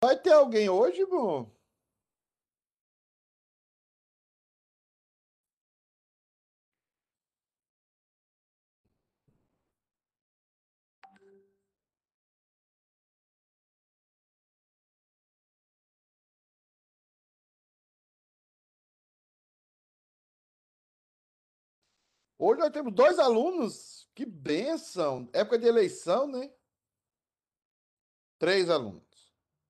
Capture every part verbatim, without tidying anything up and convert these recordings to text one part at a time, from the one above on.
Vai ter alguém hoje, bom? Hoje nós temos dois alunos. Que bênção. Época de eleição, né? Três alunos.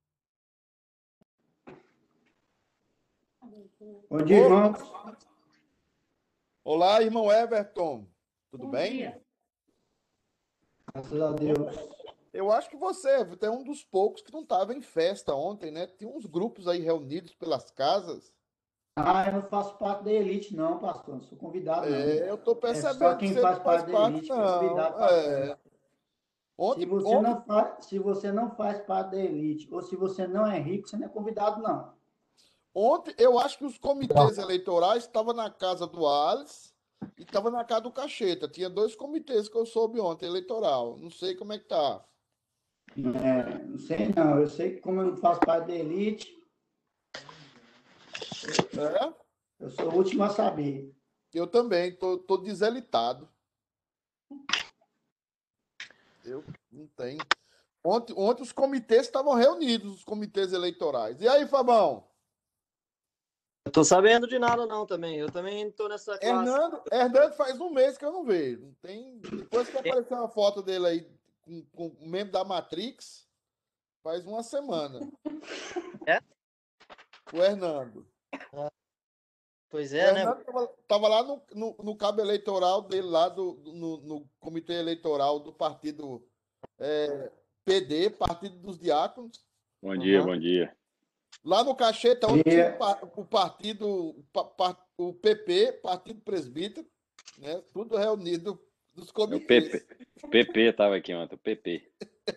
Bom dia, Ô, irmãos. olá, irmão Everton. Tudo Bom bem? dia. Graças a Deus. Eu acho que você é um dos poucos que não estava em festa ontem, né? Tinha uns grupos aí reunidos pelas casas. Ah, eu não faço parte da elite, não, pastor. Não sou convidado, não. É, eu tô É só percebendo que quem você não faz faz parte da parte, elite que é não. convidado para a É. festa. Se Ontem, você ontem, não faz, se você não faz parte da elite, ou se você não é rico, você não é convidado, não. ontem, eu acho que os comitês eleitorais estavam na casa do Alice e estavam na casa do Cacheta. Tinha dois comitês que eu soube ontem, eleitoral. Não sei como é que tá. É, não sei, não. Eu sei que como eu não faço parte da elite, É? eu sou o último a saber. Eu também, tô, tô deselitado. Eu não tenho. Ontem, ontem os comitês estavam reunidos, os comitês eleitorais. E aí, Fabão? Eu tô sabendo de nada não também. Eu também tô nessa classe. Hernando, Hernando faz um mês que eu não vejo. Não tem, depois que apareceu uma foto dele aí com, com o membro da Matrix, faz uma semana. É? O Hernando. Pois O é, né? Hernando tava, tava lá no, no, no cabo eleitoral dele, lá do, no, no comitê eleitoral do partido é, P D, Partido dos Diáconos. Bom dia, Uhum. bom dia. Lá no Cacheta, onde tinha o, E, pa- o partido, o pa- pa- o P P, Partido Presbítero, né? Tudo reunido dos É o comitês. P P. P P tava aqui ontem, o P P.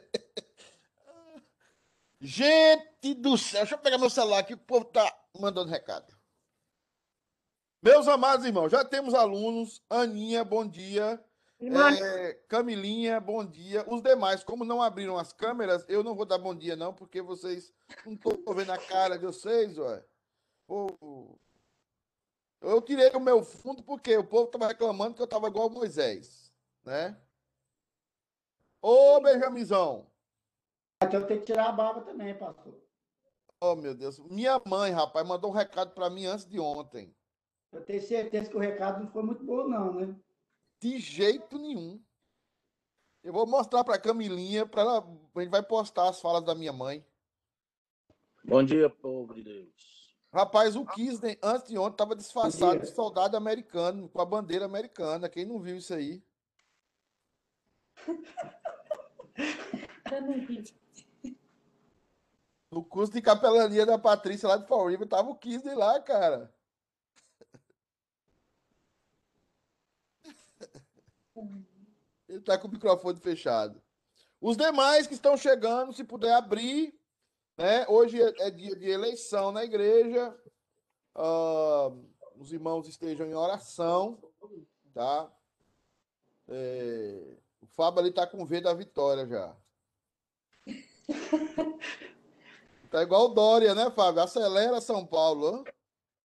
Gente do céu, deixa eu pegar meu celular aqui, o povo tá mandando recado. Meus amados irmãos, já temos alunos. Aninha, bom dia. É, Camilinha, bom dia. Os demais, como não abriram as câmeras, eu não vou dar bom dia, não, porque vocês não estão vendo a cara de vocês, ué. Ô, eu tirei o meu fundo porque o povo estava reclamando que eu estava igual Moisés, né? Ô, Benjamizão. então tem que tirar a barba também, pastor. Oh, meu Deus. Minha mãe, rapaz, mandou um recado para mim antes de ontem. Eu tenho certeza que o recado não foi muito bom, não, né? De jeito nenhum. Eu vou mostrar para Camilinha, para ela, a gente vai postar as falas da minha mãe. Bom dia, povo de Deus. Rapaz, o Kisney, antes de ontem, estava Bom disfarçado de dia. soldado americano, com a bandeira americana. Quem não viu isso aí? Eu não vi. No curso de capelania da Patrícia lá de Fall River, tava o Kisney lá, cara. Ele tá com o microfone fechado. Os demais que estão chegando, se puder abrir, né? Hoje é, é dia de eleição na igreja. Ah, os irmãos estejam em oração, tá? É, o Fábio ali tá com V da vitória já. Tá igual o Dória, né, Fábio? Acelera São Paulo, ó.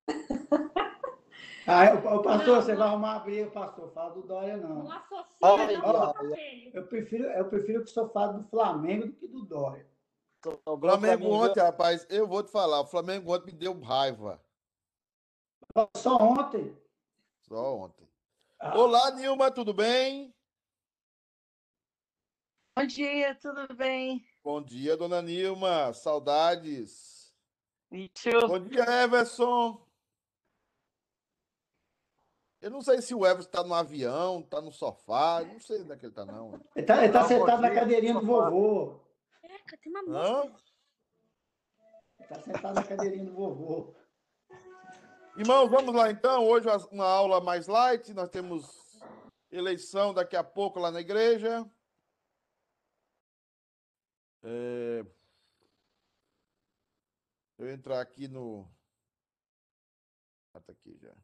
Ah, o, o pastor, Não, você não. vai arrumar a briga, pastor. Fala do Dória, Não não. associa, Ai, não, Ó, meu filho. eu prefiro, eu prefiro que o senhor fale do Flamengo do que do Dória. Sobrou pra Flamengo mim, viu? ontem, rapaz, eu vou te falar, o Flamengo ontem me deu raiva. Só ontem. Só ontem. Ah, Olá, Nilma, tudo bem? Bom dia, tudo bem? Bom dia, dona Nilma. Saudades. E tio? Bom dia, Everson. Eu não sei se o Everson tá no avião, tá no sofá, não sei onde é que ele tá, não. ele tá, ele tá Não, sentado bom na dia, cadeirinha do sofá. vovô. Eca, tem uma Hã? música. Ele tá sentado na cadeirinha do vovô. Irmãos, vamos lá então. Hoje uma aula mais light. Nós temos eleição daqui a pouco lá na igreja. É... Eu entrar aqui no. Ah, tá aqui já.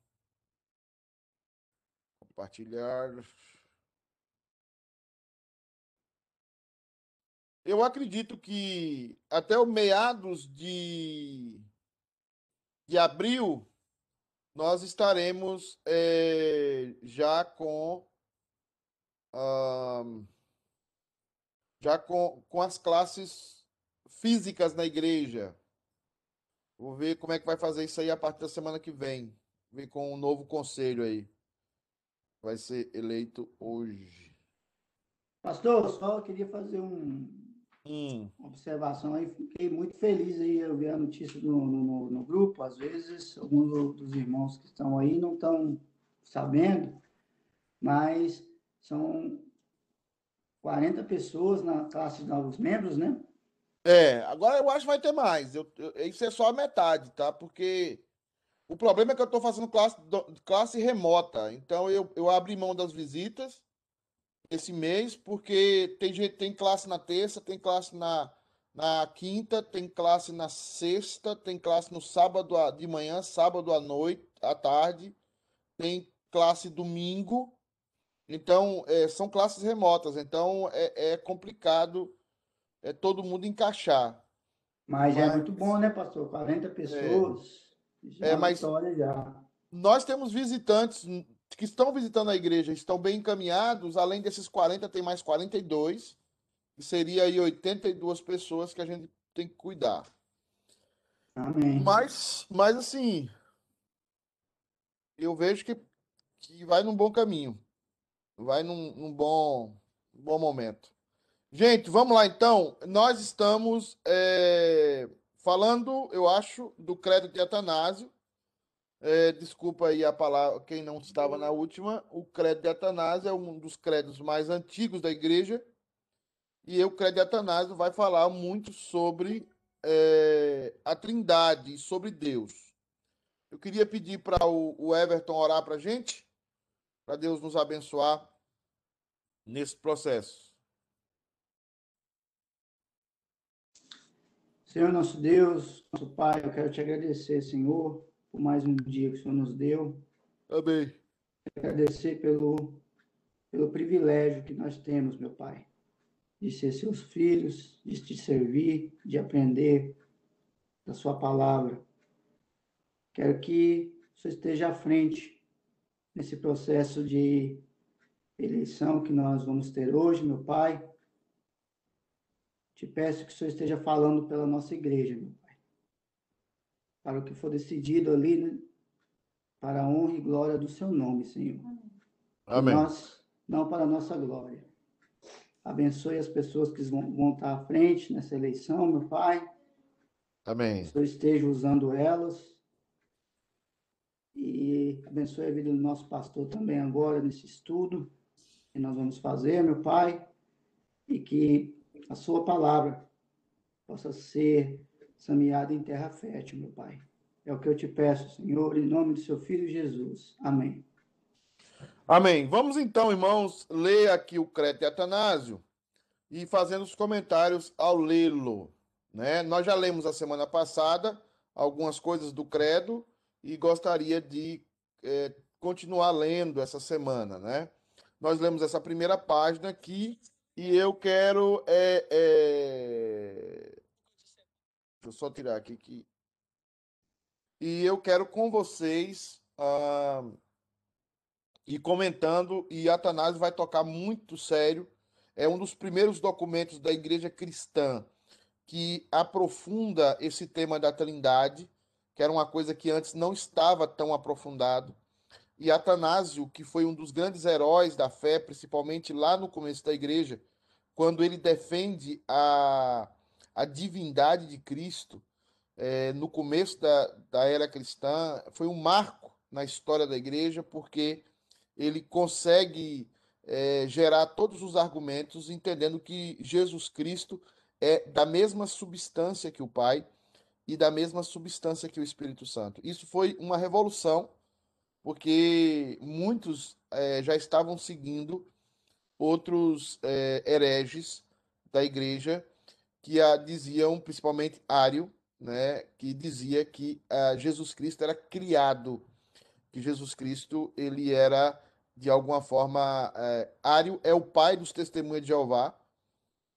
Compartilhar. eu acredito que até o meados de, de abril nós estaremos é, já com ah, já com, com as classes físicas na igreja. Vou ver como é que vai fazer isso aí a partir da semana que vem. Ver com um novo conselho aí. Vai ser eleito hoje. Pastor, só queria fazer um, Hum, uma observação aí. Fiquei muito feliz aí, eu vi a notícia no, no, no grupo. Às vezes, alguns do- dos irmãos que estão aí não estão sabendo, mas são quarenta pessoas na classe de novos membros, né? É, agora eu acho que vai ter mais. Eu, eu- isso é só a metade, tá? Porque o problema é que eu estou fazendo classe, do- classe remota. Então eu, eu abri mão das visitas esse mês, porque tem gente, tem classe na terça, tem classe na, na quinta, tem classe na sexta, tem classe no sábado à- de manhã, sábado à noite, à tarde, tem classe domingo. Então, é, são classes remotas, então é, é complicado é, todo mundo encaixar. Mas já é Mas, muito bom, né, pastor? quarenta é, pessoas, isso é é, uma mas vitória já. nós temos visitantes que estão visitando a igreja, estão bem encaminhados. Além desses quarenta, tem mais quarenta e dois, que seria aí oitenta e duas pessoas que a gente tem que cuidar. Amém. Mas, mas assim, eu vejo que, que vai num bom caminho, vai num, num bom, bom momento. Gente, vamos lá então. Nós estamos é, falando, eu acho, do credo de Atanásio. É, desculpa aí a palavra, quem não estava na última. O credo de Atanásio é um dos credos mais antigos da igreja. E o credo de Atanásio vai falar muito sobre é, a Trindade e sobre Deus. Eu queria pedir para o, o Everton orar para a gente, para Deus nos abençoar nesse processo. Senhor nosso Deus, nosso Pai, eu quero te agradecer, Senhor, por mais um dia que o Senhor nos deu. Amém. Agradecer pelo, pelo privilégio que nós temos, meu Pai, de ser seus filhos, de te servir, de aprender da sua palavra. Quero que o Senhor esteja à frente nesse processo de eleição que nós vamos ter hoje, meu Pai. Te peço que o Senhor esteja falando pela nossa igreja, meu Pai, para o que for decidido ali, né? Para a honra e glória do seu nome, Senhor. E Amém. nós, não para a nossa glória. Abençoe as pessoas que vão, vão estar à frente nessa eleição, meu Pai. Que o Amém. Senhor esteja usando elas. E abençoe a vida do nosso pastor também agora nesse estudo que nós vamos fazer, meu Pai. E que a sua palavra possa ser semeada em terra fértil, meu Pai. É o que eu te peço, Senhor, em nome do seu Filho Jesus. Amém. Amém. Vamos então, irmãos, ler aqui o credo de Atanásio e fazendo os comentários ao lê-lo, né? Nós já lemos a semana passada algumas coisas do credo e gostaria de é, continuar lendo essa semana, né? Nós lemos essa primeira página aqui e eu quero é, é... deixa eu só tirar aqui que e eu quero com vocês ah, ir comentando, e Atanásio vai tocar muito sério. É um dos primeiros documentos da igreja cristã que aprofunda esse tema da Trindade, que era uma coisa que antes não estava tão aprofundado. E Atanásio, que foi um dos grandes heróis da fé, principalmente lá no começo da igreja, quando ele defende a, a divindade de Cristo, é, no começo da, da era cristã, foi um marco na história da igreja, porque ele consegue é, gerar todos os argumentos, entendendo que Jesus Cristo é da mesma substância que o Pai e da mesma substância que o Espírito Santo. Isso foi uma revolução, porque muitos é, já estavam seguindo outros é, hereges da igreja que a diziam, principalmente Ário, né, que dizia que ah, Jesus Cristo era criado, que Jesus Cristo ele era de alguma forma é, Ário é o pai dos testemunhas de Jeová,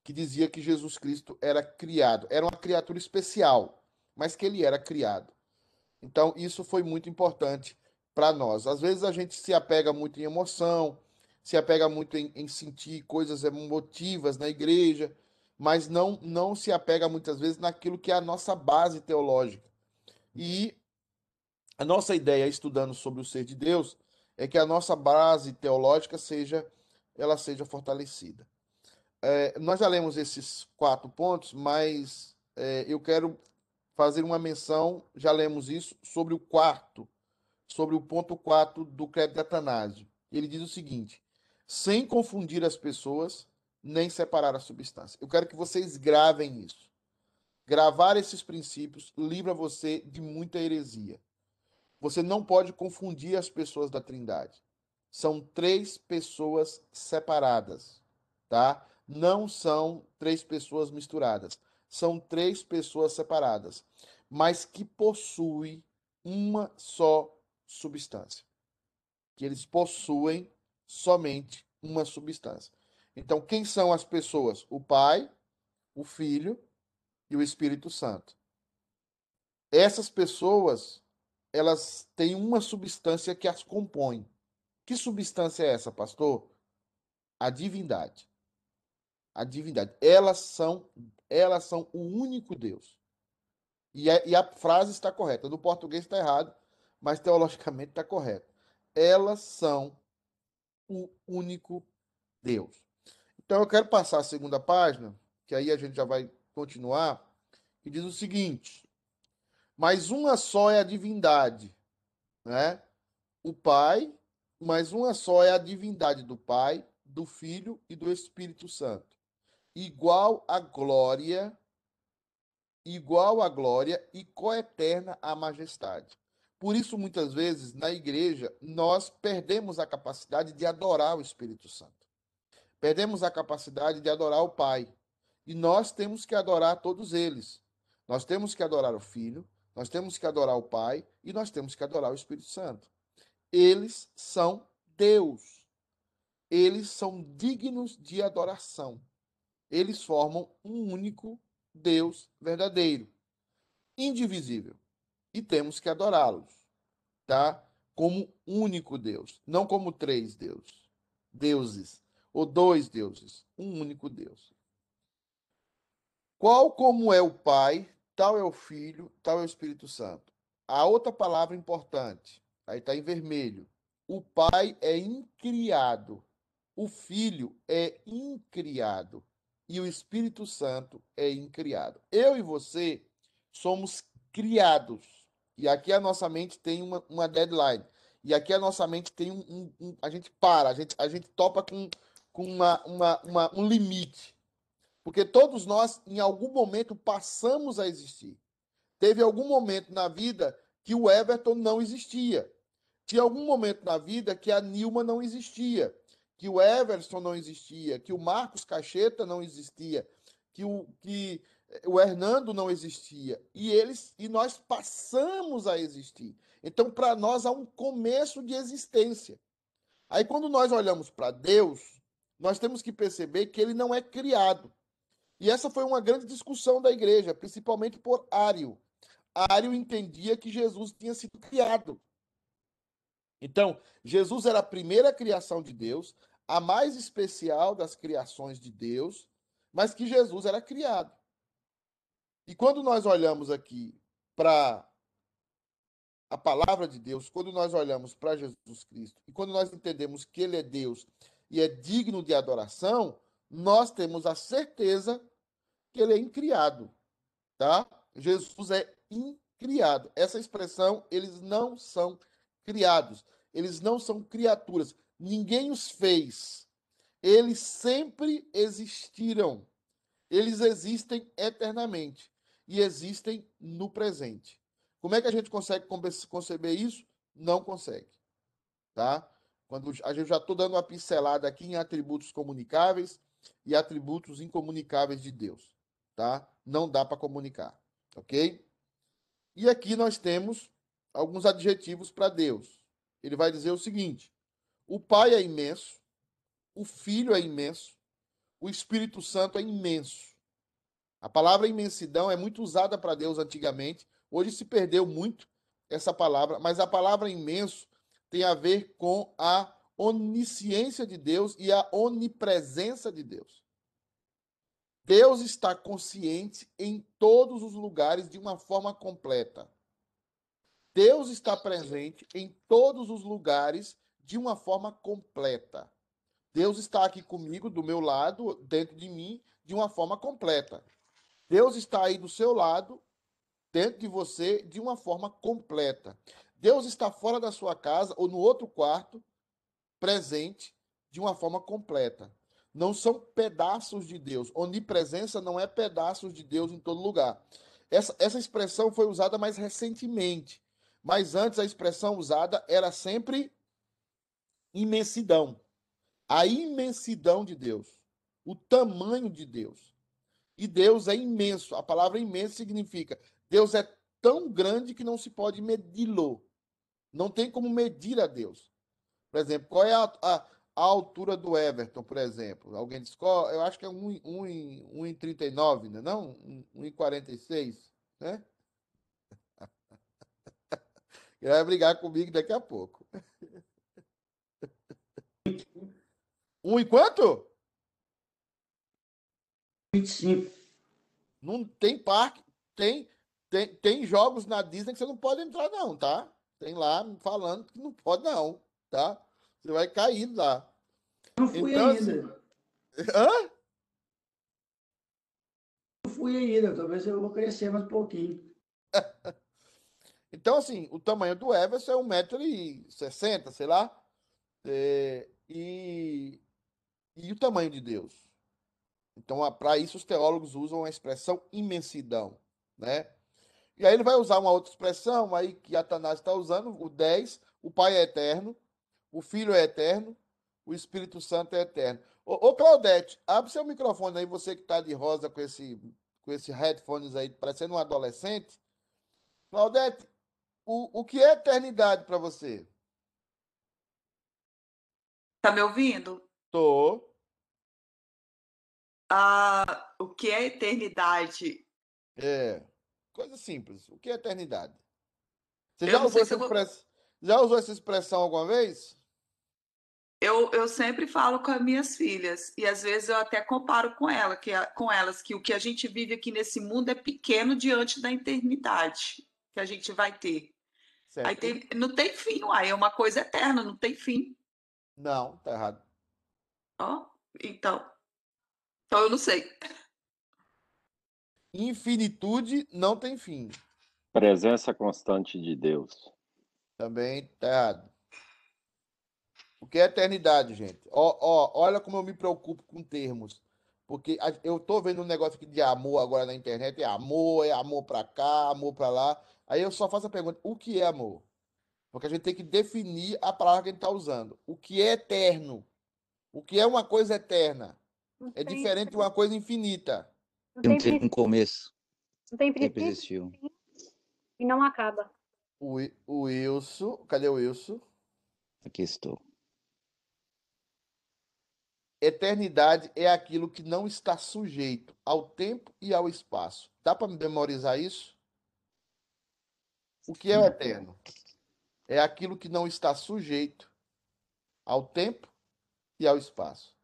que dizia que Jesus Cristo era criado, era uma criatura especial, mas que ele era criado. Então, isso foi muito importante para nós. Às vezes a gente se apega muito em emoção, se apega muito em, em sentir coisas emotivas na igreja, mas não, não se apega muitas vezes naquilo que é a nossa base teológica. E a nossa ideia, estudando sobre o ser de Deus, é que a nossa base teológica seja, ela seja fortalecida. É, nós já lemos esses quatro pontos, mas é, eu quero fazer uma menção, já lemos isso, sobre o quarto, sobre o ponto quatro do Credo de Atanásio. Ele diz o seguinte: sem confundir as pessoas, nem separar a substância. Eu quero que vocês gravem isso. Gravar esses princípios livra você de muita heresia. Você não pode confundir as pessoas da Trindade. São três pessoas separadas, tá? Não são três pessoas misturadas. São três pessoas separadas, mas que possuem uma só substância. Que eles possuem somente uma substância. Então, quem são as pessoas? O Pai, o Filho e o Espírito Santo. Essas pessoas, elas têm uma substância que as compõe. Que substância é essa, pastor? A divindade. A divindade. Elas são, elas são o único Deus. E a, e a frase está correta. No português está errado, mas teologicamente está correto. Elas são o único Deus. Então eu quero passar a segunda página, que aí a gente já vai continuar, que diz o seguinte: mas uma só é a divindade, né? O Pai, mas uma só é a divindade do Pai, do Filho e do Espírito Santo. Igual a glória, igual a glória e coeterna à majestade. Por isso, muitas vezes, na igreja, nós perdemos a capacidade de adorar o Espírito Santo. Perdemos a capacidade de adorar o Pai. E nós temos que adorar todos eles. Nós temos que adorar o Filho, nós temos que adorar o Pai e nós temos que adorar o Espírito Santo. Eles são Deus. Eles são dignos de adoração. Eles formam um único Deus verdadeiro, indivisível. E temos que adorá-los, tá? Como único Deus, não como três deuses, deuses ou dois deuses, um único Deus. Qual como é o Pai, tal é o Filho, tal é o Espírito Santo. A outra palavra importante, aí está em vermelho. O Pai é incriado, o Filho é incriado e o Espírito Santo é incriado. Eu e você somos criados. E aqui a nossa mente tem uma, uma deadline. E aqui a nossa mente tem um, um, um. A gente para, a gente, a gente topa com, com uma, uma, uma, um limite. Porque todos nós, em algum momento, passamos a existir. Teve algum momento na vida que o Everton não existia. Tinha algum momento na vida que a Nilma não existia, que o Everson não existia, que o Marcos Cacheta não existia, que o, que o Hernando não existia. E eles e nós passamos a existir. Então, para nós, há um começo de existência. Aí, quando nós olhamos para Deus, nós temos que perceber que ele não é criado. E essa foi uma grande discussão da igreja, principalmente por Ário. Ário entendia que Jesus tinha sido criado. Então, Jesus era a primeira criação de Deus, a mais especial das criações de Deus, mas que Jesus era criado. E quando nós olhamos aqui para a palavra de Deus, quando nós olhamos para Jesus Cristo, e quando nós entendemos que ele é Deus e é digno de adoração, nós temos a certeza que ele é incriado, tá? Jesus é incriado. Essa expressão, eles não são criados. Eles não são criaturas. Ninguém os fez. Eles sempre existiram. Eles existem eternamente. E existem no presente. Como é que a gente consegue conceber isso? Não consegue. Tá? Quando a gente já estou dando uma pincelada aqui em atributos comunicáveis e atributos incomunicáveis de Deus. Tá? Não dá para comunicar. Ok? E aqui nós temos alguns adjetivos para Deus. Ele vai dizer o seguinte: o Pai é imenso, o Filho é imenso, o Espírito Santo é imenso. A palavra imensidão é muito usada para Deus antigamente. Hoje se perdeu muito essa palavra, mas a palavra imenso tem a ver com a onisciência de Deus e a onipresença de Deus. Deus está consciente em todos os lugares de uma forma completa. Deus está presente em todos os lugares de uma forma completa. Deus está aqui comigo, do meu lado, dentro de mim, de uma forma completa. Deus está aí do seu lado, dentro de você, de uma forma completa. Deus está fora da sua casa ou no outro quarto, presente, de uma forma completa. Não são pedaços de Deus. Onipresença não é pedaços de Deus em todo lugar. Essa, essa expressão foi usada mais recentemente. Mas antes a expressão usada era sempre imensidão. A imensidão de Deus. O tamanho de Deus. E Deus é imenso. A palavra imenso significa Deus é tão grande que não se pode medi-lo. Não tem como medir a Deus. Por exemplo, qual é a, a, a altura do Everton, por exemplo? Alguém diz, qual, eu acho que é um e trinta e nove, né? Não? um e quarenta e seis, né? Ele vai brigar comigo daqui a pouco. Um e quanto? vinte e cinco. Não tem parque, tem, tem, tem jogos na Disney que você não pode entrar, não, tá? Tem lá falando que não pode, não, tá? Você vai cair lá. Não fui Então, ainda. assim, hã? Não fui ainda. Talvez eu vou crescer mais um pouquinho. Então, assim, o tamanho do Everson é um metro e sessenta, sei lá. É, e, e o tamanho de Deus. Então, para isso, os teólogos usam a expressão imensidão, né? E aí ele vai usar uma outra expressão aí que Atanás está usando, o dez, o Pai é eterno, o Filho é eterno, o Espírito Santo é eterno. Ô, ô Claudete, abre seu microfone aí, você que está de rosa com esse, com esse headphones aí, parecendo um adolescente. Claudete, o, o que é eternidade para você? Tá me ouvindo? Tô. Ah, o que é eternidade? É. Coisa simples. O que é eternidade? Você Eu já não usou sei se essa eu vou. expressão, já usou essa expressão alguma vez? Eu, eu sempre falo com as minhas filhas, e às vezes eu até comparo com ela, que a- com elas, que o que a gente vive aqui nesse mundo é pequeno diante da eternidade que a gente vai ter. Aí Certo. tem, não tem fim, uai, é uma coisa eterna, não tem fim. Não, tá errado. Ó, então, então eu não sei. Infinitude não tem fim. Presença constante de Deus. Também tá errado. O que é eternidade, gente? Ó, ó, olha como eu me preocupo com termos. Porque a- eu tô vendo um negócio aqui de amor agora na internet. É amor, é amor pra cá, amor pra lá. Aí eu só faço a pergunta: o que é amor? Porque a gente tem que definir a palavra que a gente está usando. O que é eterno? O que é uma coisa eterna? Não É tem, diferente de uma coisa infinita. não Não tem, tem um princípio, começo, não tem sempre princípio existiu. e não acaba. O, Wi- o Wilson, cadê o Wilson? Aqui estou. Eternidade é aquilo que não está sujeito ao tempo e ao espaço. Dá para memorizar isso? O que é o eterno? É aquilo que não está sujeito ao tempo e ao espaço.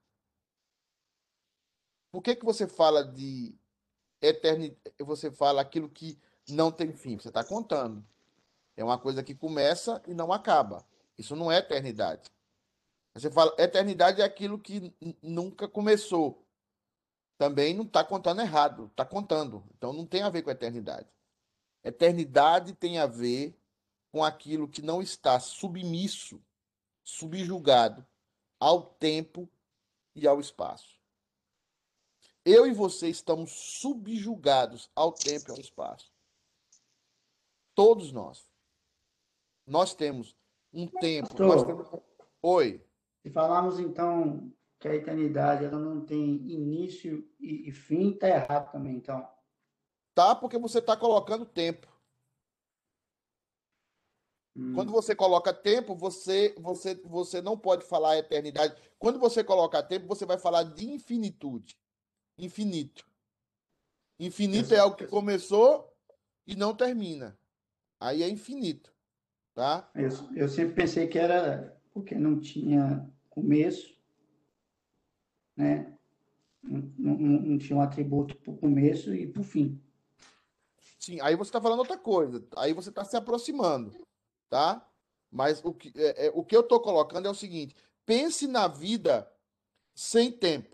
Por que que você fala de eternidade? Você fala aquilo que não tem fim. Você está contando. É uma coisa que começa e não acaba. Isso não é eternidade. Você fala, eternidade é aquilo que n- nunca começou. Também não está contando errado, está contando. Então não tem a ver com eternidade. Eternidade tem a ver com aquilo que não está submisso, subjugado ao tempo e ao espaço. Eu e você estamos subjugados ao tempo e ao espaço. Todos nós. Nós temos um tempo, nós temos. Pastor, Oi. se falarmos então que a eternidade ela não tem início e, e fim, tá errado também, então. Tá porque você está colocando tempo. Quando você coloca tempo, você, você, você não pode falar eternidade. Quando você coloca tempo, você vai falar de infinitude. Infinito. Infinito é algo que começou e não termina. Aí é infinito, tá? Eu, eu sempre pensei que era porque não tinha começo, né? Não, não, não tinha um atributo para o começo e para o fim. Sim, aí você está falando outra coisa. Aí você está se aproximando, tá? Mas o que, é, é, o que eu estou colocando é o seguinte: pense na vida sem tempo.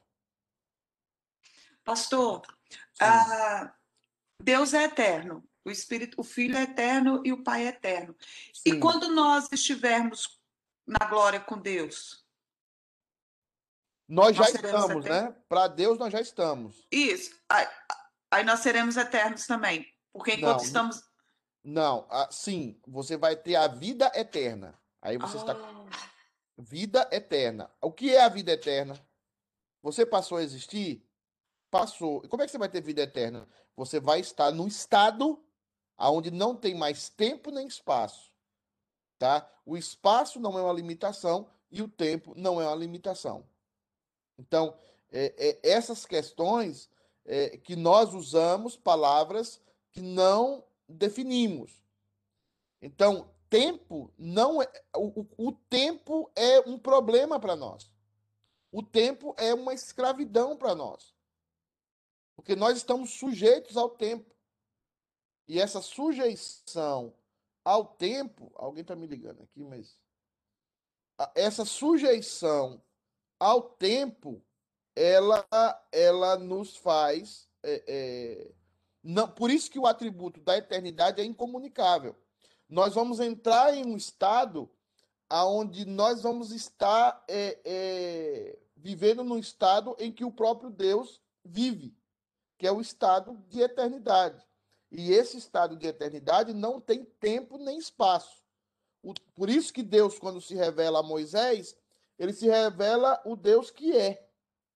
Pastor, Sim. ah, Deus é eterno, o Espírito, o Filho é eterno e o Pai é eterno. E Sim. quando nós estivermos na glória com Deus, Nós já nós seremos estamos, eternos? né? Para Deus nós já estamos. Isso. Aí, aí nós seremos eternos também, porque enquanto Não, n- estamos. não. Ah, sim, você vai ter a vida eterna. Aí você está Ah, vida eterna. O que é a vida eterna? Você passou a existir? Passou. E como é que você vai ter vida eterna? Você vai estar num estado onde não tem mais tempo nem espaço, tá? O espaço não é uma limitação e o tempo não é uma limitação. Então, é, é, essas questões é, que nós usamos palavras que não definimos. Então, tempo não é. O, o, o tempo é um problema para nós. O tempo é uma escravidão para nós. Porque nós estamos sujeitos ao tempo. E essa sujeição ao tempo. Alguém está me ligando aqui, mas. Essa sujeição ao tempo, ela, ela nos faz. É, é, não, por isso que o atributo da eternidade é incomunicável. Nós vamos entrar em um estado onde nós vamos estar é, é, vivendo num estado em que o próprio Deus vive, que é o estado de eternidade. E esse estado de eternidade não tem tempo nem espaço. O, por isso que Deus, quando se revela a Moisés, ele se revela o Deus que é.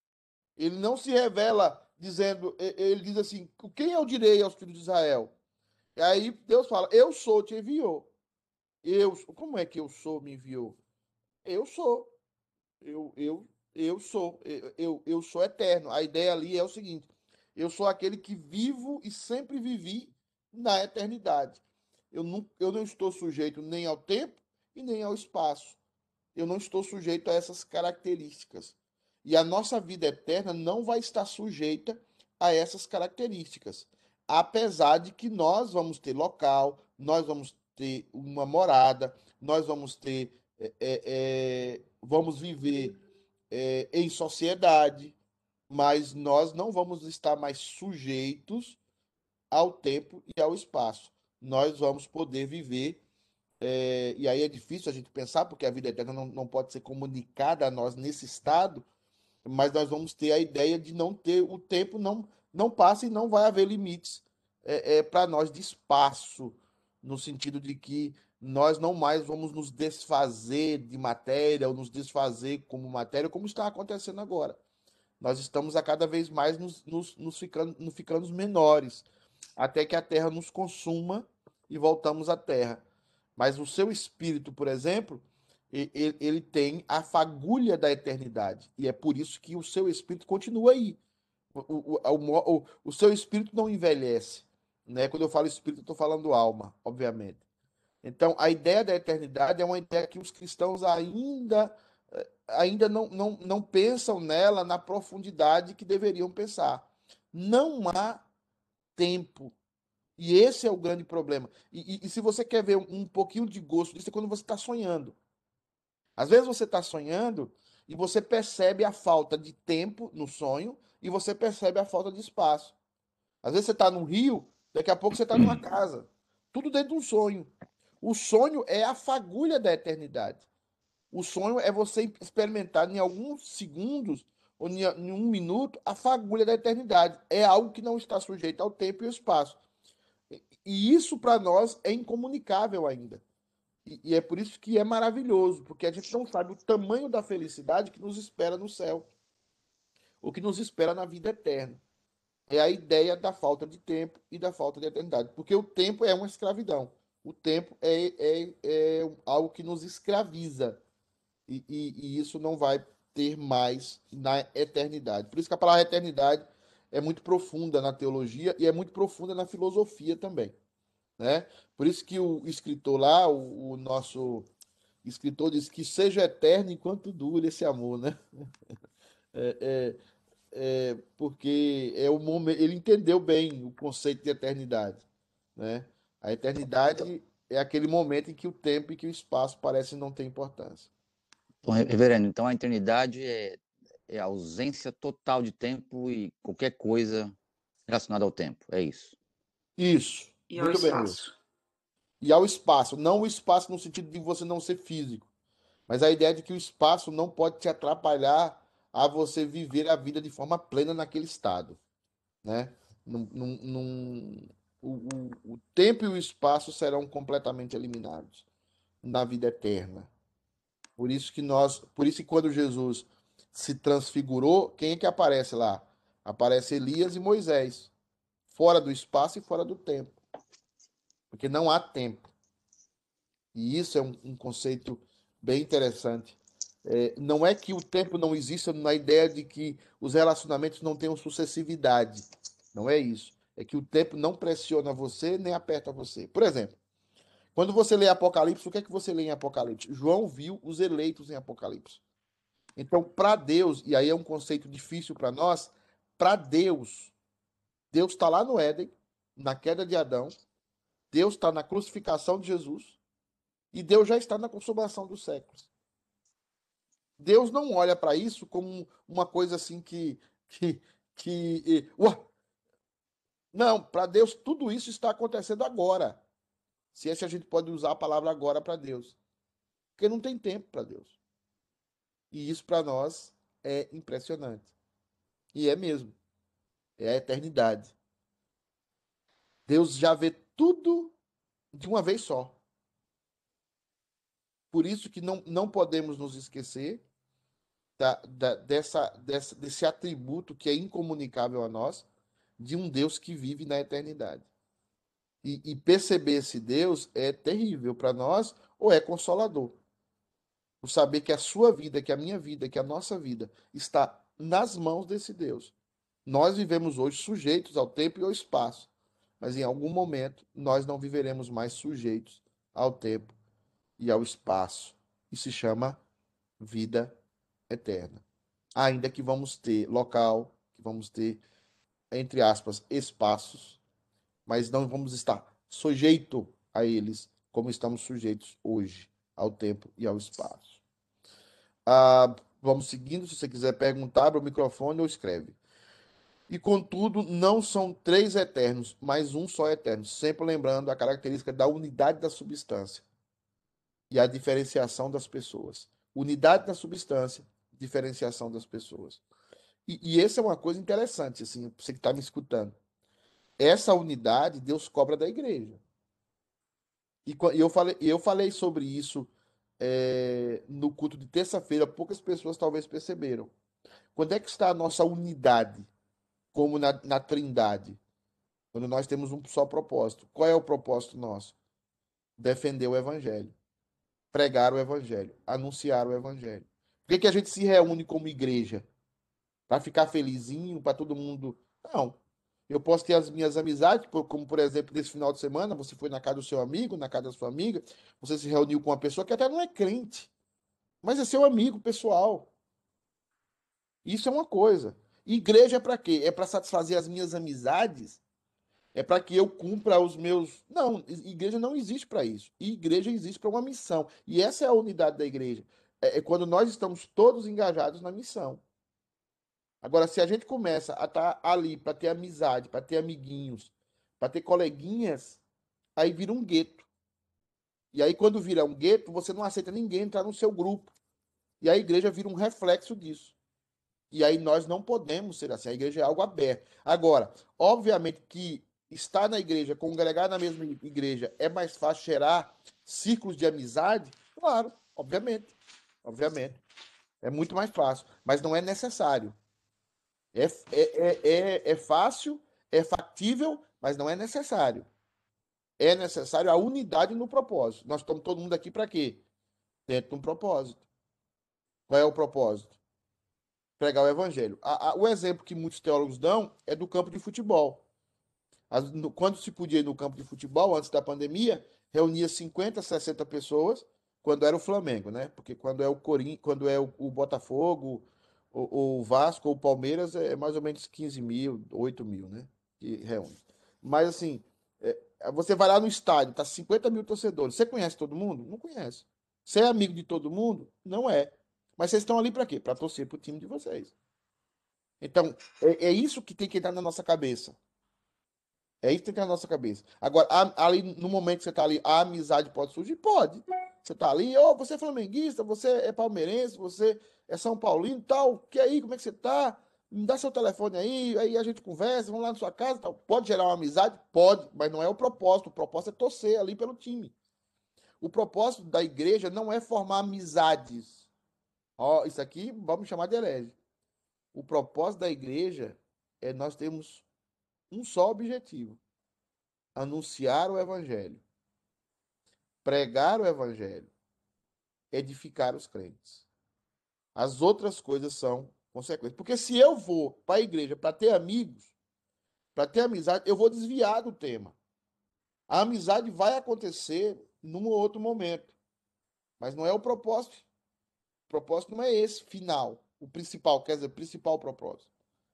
Ele não se revela dizendo, ele diz assim, quem eu direi aos filhos de Israel? E aí Deus fala, eu sou, te enviou. Eu, como é que eu sou, me enviou? Eu sou. Eu, eu, eu sou. Eu, eu, eu sou eterno. A ideia ali é o seguinte: eu sou aquele que vivo e sempre vivi na eternidade. Eu não, eu não estou sujeito nem ao tempo e nem ao espaço. Eu não estou sujeito a essas características. E a nossa vida eterna não vai estar sujeita a essas características. Apesar de que nós vamos ter local, nós vamos ter uma morada, nós vamos ter. É, é, é, vamos viver é, em sociedade, mas nós não vamos estar mais sujeitos ao tempo e ao espaço. Nós vamos poder viver é, e aí é difícil a gente pensar, porque a vida eterna não, não pode ser comunicada a nós nesse estado, mas nós vamos ter a ideia de não ter, o tempo não, não passa e não vai haver limites é, é, para nós de espaço, no sentido de que nós não mais vamos nos desfazer de matéria ou nos desfazer como matéria, como está acontecendo agora. Nós estamos a cada vez mais nos, nos, nos ficando, nos ficando menores, até que a Terra nos consuma e voltamos à Terra. Mas o seu espírito, por exemplo, ele, ele tem a fagulha da eternidade. E é por isso que o seu espírito continua aí. O, o, o, o, o seu espírito não envelhece. Né? Quando eu falo espírito, eu estou falando alma, obviamente. Então, a ideia da eternidade é uma ideia que os cristãos ainda, ainda não, não, não pensam nela na profundidade que deveriam pensar. Não há tempo. E esse é o grande problema. E, e, e se você quer ver um, um pouquinho de gosto disso, é quando você está sonhando. Às vezes você está sonhando e você percebe a falta de tempo no sonho e você percebe a falta de espaço. Às vezes você está num rio, daqui a pouco você está numa casa. Tudo dentro de um sonho. O sonho é a fagulha da eternidade. O sonho é você experimentar em alguns segundos ou em um minuto a fagulha da eternidade. É algo que não está sujeito ao tempo e ao espaço. E isso para nós é incomunicável ainda. E, e é por isso que é maravilhoso, porque a gente não sabe o tamanho da felicidade que nos espera no céu, o que nos espera na vida eterna. É a ideia da falta de tempo e da falta de eternidade, porque o tempo é uma escravidão. O tempo é, é, é algo que nos escraviza. E, e, e isso não vai ter mais na eternidade. Por isso que a palavra eternidade é muito profunda na teologia e é muito profunda na filosofia também, né? Por isso que o escritor lá, o, o nosso escritor diz que seja eterno enquanto dure esse amor, né? É, é, é, porque é o momento, ele entendeu bem o conceito de eternidade, né? A eternidade é aquele momento em que o tempo e que o espaço parecem não ter importância. Bom, reverendo, então a eternidade é, é a ausência total de tempo e qualquer coisa relacionada ao tempo. É isso. Isso, E ao muito bem. espaço. E ao espaço, não o espaço no sentido de você não ser físico, mas a ideia de que o espaço não pode te atrapalhar a você viver a vida de forma plena naquele estado, né? Num, num, num- o, o, o tempo e o espaço serão completamente eliminados na vida eterna. Por isso que nós, por isso que quando Jesus se transfigurou, quem é que aparece lá? Aparece Elias e Moisés, fora do espaço e fora do tempo, porque não há tempo. E isso é um, um conceito bem interessante. É, não é que o tempo não exista na ideia de que os relacionamentos não tenham sucessividade. Não é isso. É que o tempo não pressiona você nem aperta você. Por exemplo, quando você lê Apocalipse, o que é que você lê em Apocalipse? João viu os eleitos em Apocalipse. Então, para Deus, e aí é um conceito difícil para nós, para Deus, Deus está lá no Éden, na queda de Adão, Deus está na crucificação de Jesus, e Deus já está na consumação dos séculos. Deus não olha para isso como uma coisa assim que. que, que ué, não, para Deus tudo isso está acontecendo agora. Se é que a gente pode usar a palavra agora para Deus. Porque não tem tempo para Deus. E isso para nós é impressionante. E é mesmo. É a eternidade. Deus já vê tudo de uma vez só. Por isso que não, não podemos nos esquecer da, da, dessa, dessa, desse atributo que é incomunicável a nós, de um Deus que vive na eternidade. E, e perceber esse Deus é terrível para nós ou é consolador. Por saber que a sua vida, que a minha vida, que a nossa vida está nas mãos desse Deus. Nós vivemos hoje sujeitos ao tempo e ao espaço, mas em algum momento nós não viveremos mais sujeitos ao tempo e ao espaço. E se chama vida eterna. Ainda que vamos ter local, que vamos ter, entre aspas, espaços, mas não vamos estar sujeito a eles como estamos sujeitos hoje ao tempo e ao espaço. Ah, vamos seguindo, se você quiser perguntar, abre o microfone ou escreve. E contudo, não são três eternos, mas um só eterno, sempre lembrando a característica da unidade da substância e a diferenciação das pessoas. Unidade da substância, diferenciação das pessoas. E, e essa é uma coisa interessante, assim, você que está me escutando. Essa unidade Deus cobra da igreja. E eu falei, eu falei sobre isso é, no culto de terça-feira, poucas pessoas talvez perceberam. Quando é que está a nossa unidade, como na, na Trindade? Quando nós temos um só propósito. Qual é o propósito nosso? Defender o Evangelho, pregar o Evangelho, anunciar o Evangelho. Por que, que a gente se reúne como igreja? Para ficar felizinho, para todo mundo. Não. Eu posso ter as minhas amizades, como por exemplo, nesse final de semana, você foi na casa do seu amigo, na casa da sua amiga, você se reuniu com uma pessoa que até não é crente, mas é seu amigo pessoal. Isso é uma coisa. Igreja é para quê? É para satisfazer as minhas amizades? É para que eu cumpra os meus. Não, igreja não existe para isso. Igreja existe para uma missão. E essa é a unidade da igreja. É, é quando nós estamos todos engajados na missão. Agora, se a gente começa a estar ali para ter amizade, para ter amiguinhos, para ter coleguinhas, aí vira um gueto. E aí, quando vira um gueto, você não aceita ninguém entrar no seu grupo. E a igreja vira um reflexo disso. E aí nós não podemos ser assim. A igreja é algo aberto. Agora, obviamente que estar na igreja, congregar na mesma igreja, é mais fácil gerar círculos de amizade? Claro, obviamente. Obviamente. É muito mais fácil. Mas não é necessário. É, é, é, é, é fácil, é factível, mas não é necessário. é necessário a unidade no propósito. Nós estamos todo mundo aqui para quê? Dentro de um propósito. Qual é o propósito? Pregar o evangelho. A, a, o exemplo que muitos teólogos dão é do campo de futebol. As, no, quando se podia ir no campo de futebol, antes da pandemia, reunia cinquenta, sessenta pessoas, quando era o Flamengo, né? Porque quando é o Corinthians, quando é o, o Botafogo, o, o Vasco ou o Palmeiras, é mais ou menos quinze mil, oito mil, né? Que reúne. Mas assim, é, você vai lá no estádio, tá cinquenta mil torcedores. Você conhece todo mundo? Não conhece. Você é amigo de todo mundo? Não é. Mas vocês estão ali para quê? Para torcer pro time de vocês. Então, é, é isso que tem que entrar na nossa cabeça. É isso que tem que estar na nossa cabeça. Agora, a, ali no momento que você está ali, a amizade pode surgir? Pode. Você está ali, ó, oh, você é flamenguista, você é palmeirense, você é São Paulino, tal. Que aí, como é que você está? Me dá seu telefone aí, aí a gente conversa, vamos lá na sua casa, tal. Pode gerar uma amizade? Pode, mas não é o propósito. O propósito é torcer ali pelo time. O propósito da igreja não é formar amizades. Ó, isso aqui vamos chamar de herege. O propósito da igreja é nós termos um só objetivo: anunciar o evangelho, pregar o evangelho, edificar os crentes. As outras coisas são consequências. Porque se eu vou para a igreja para ter amigos, para ter amizade, eu vou desviar do tema. A amizade vai acontecer num outro momento, mas não é o propósito. O propósito não é esse final, o principal, quer dizer, o principal propósito.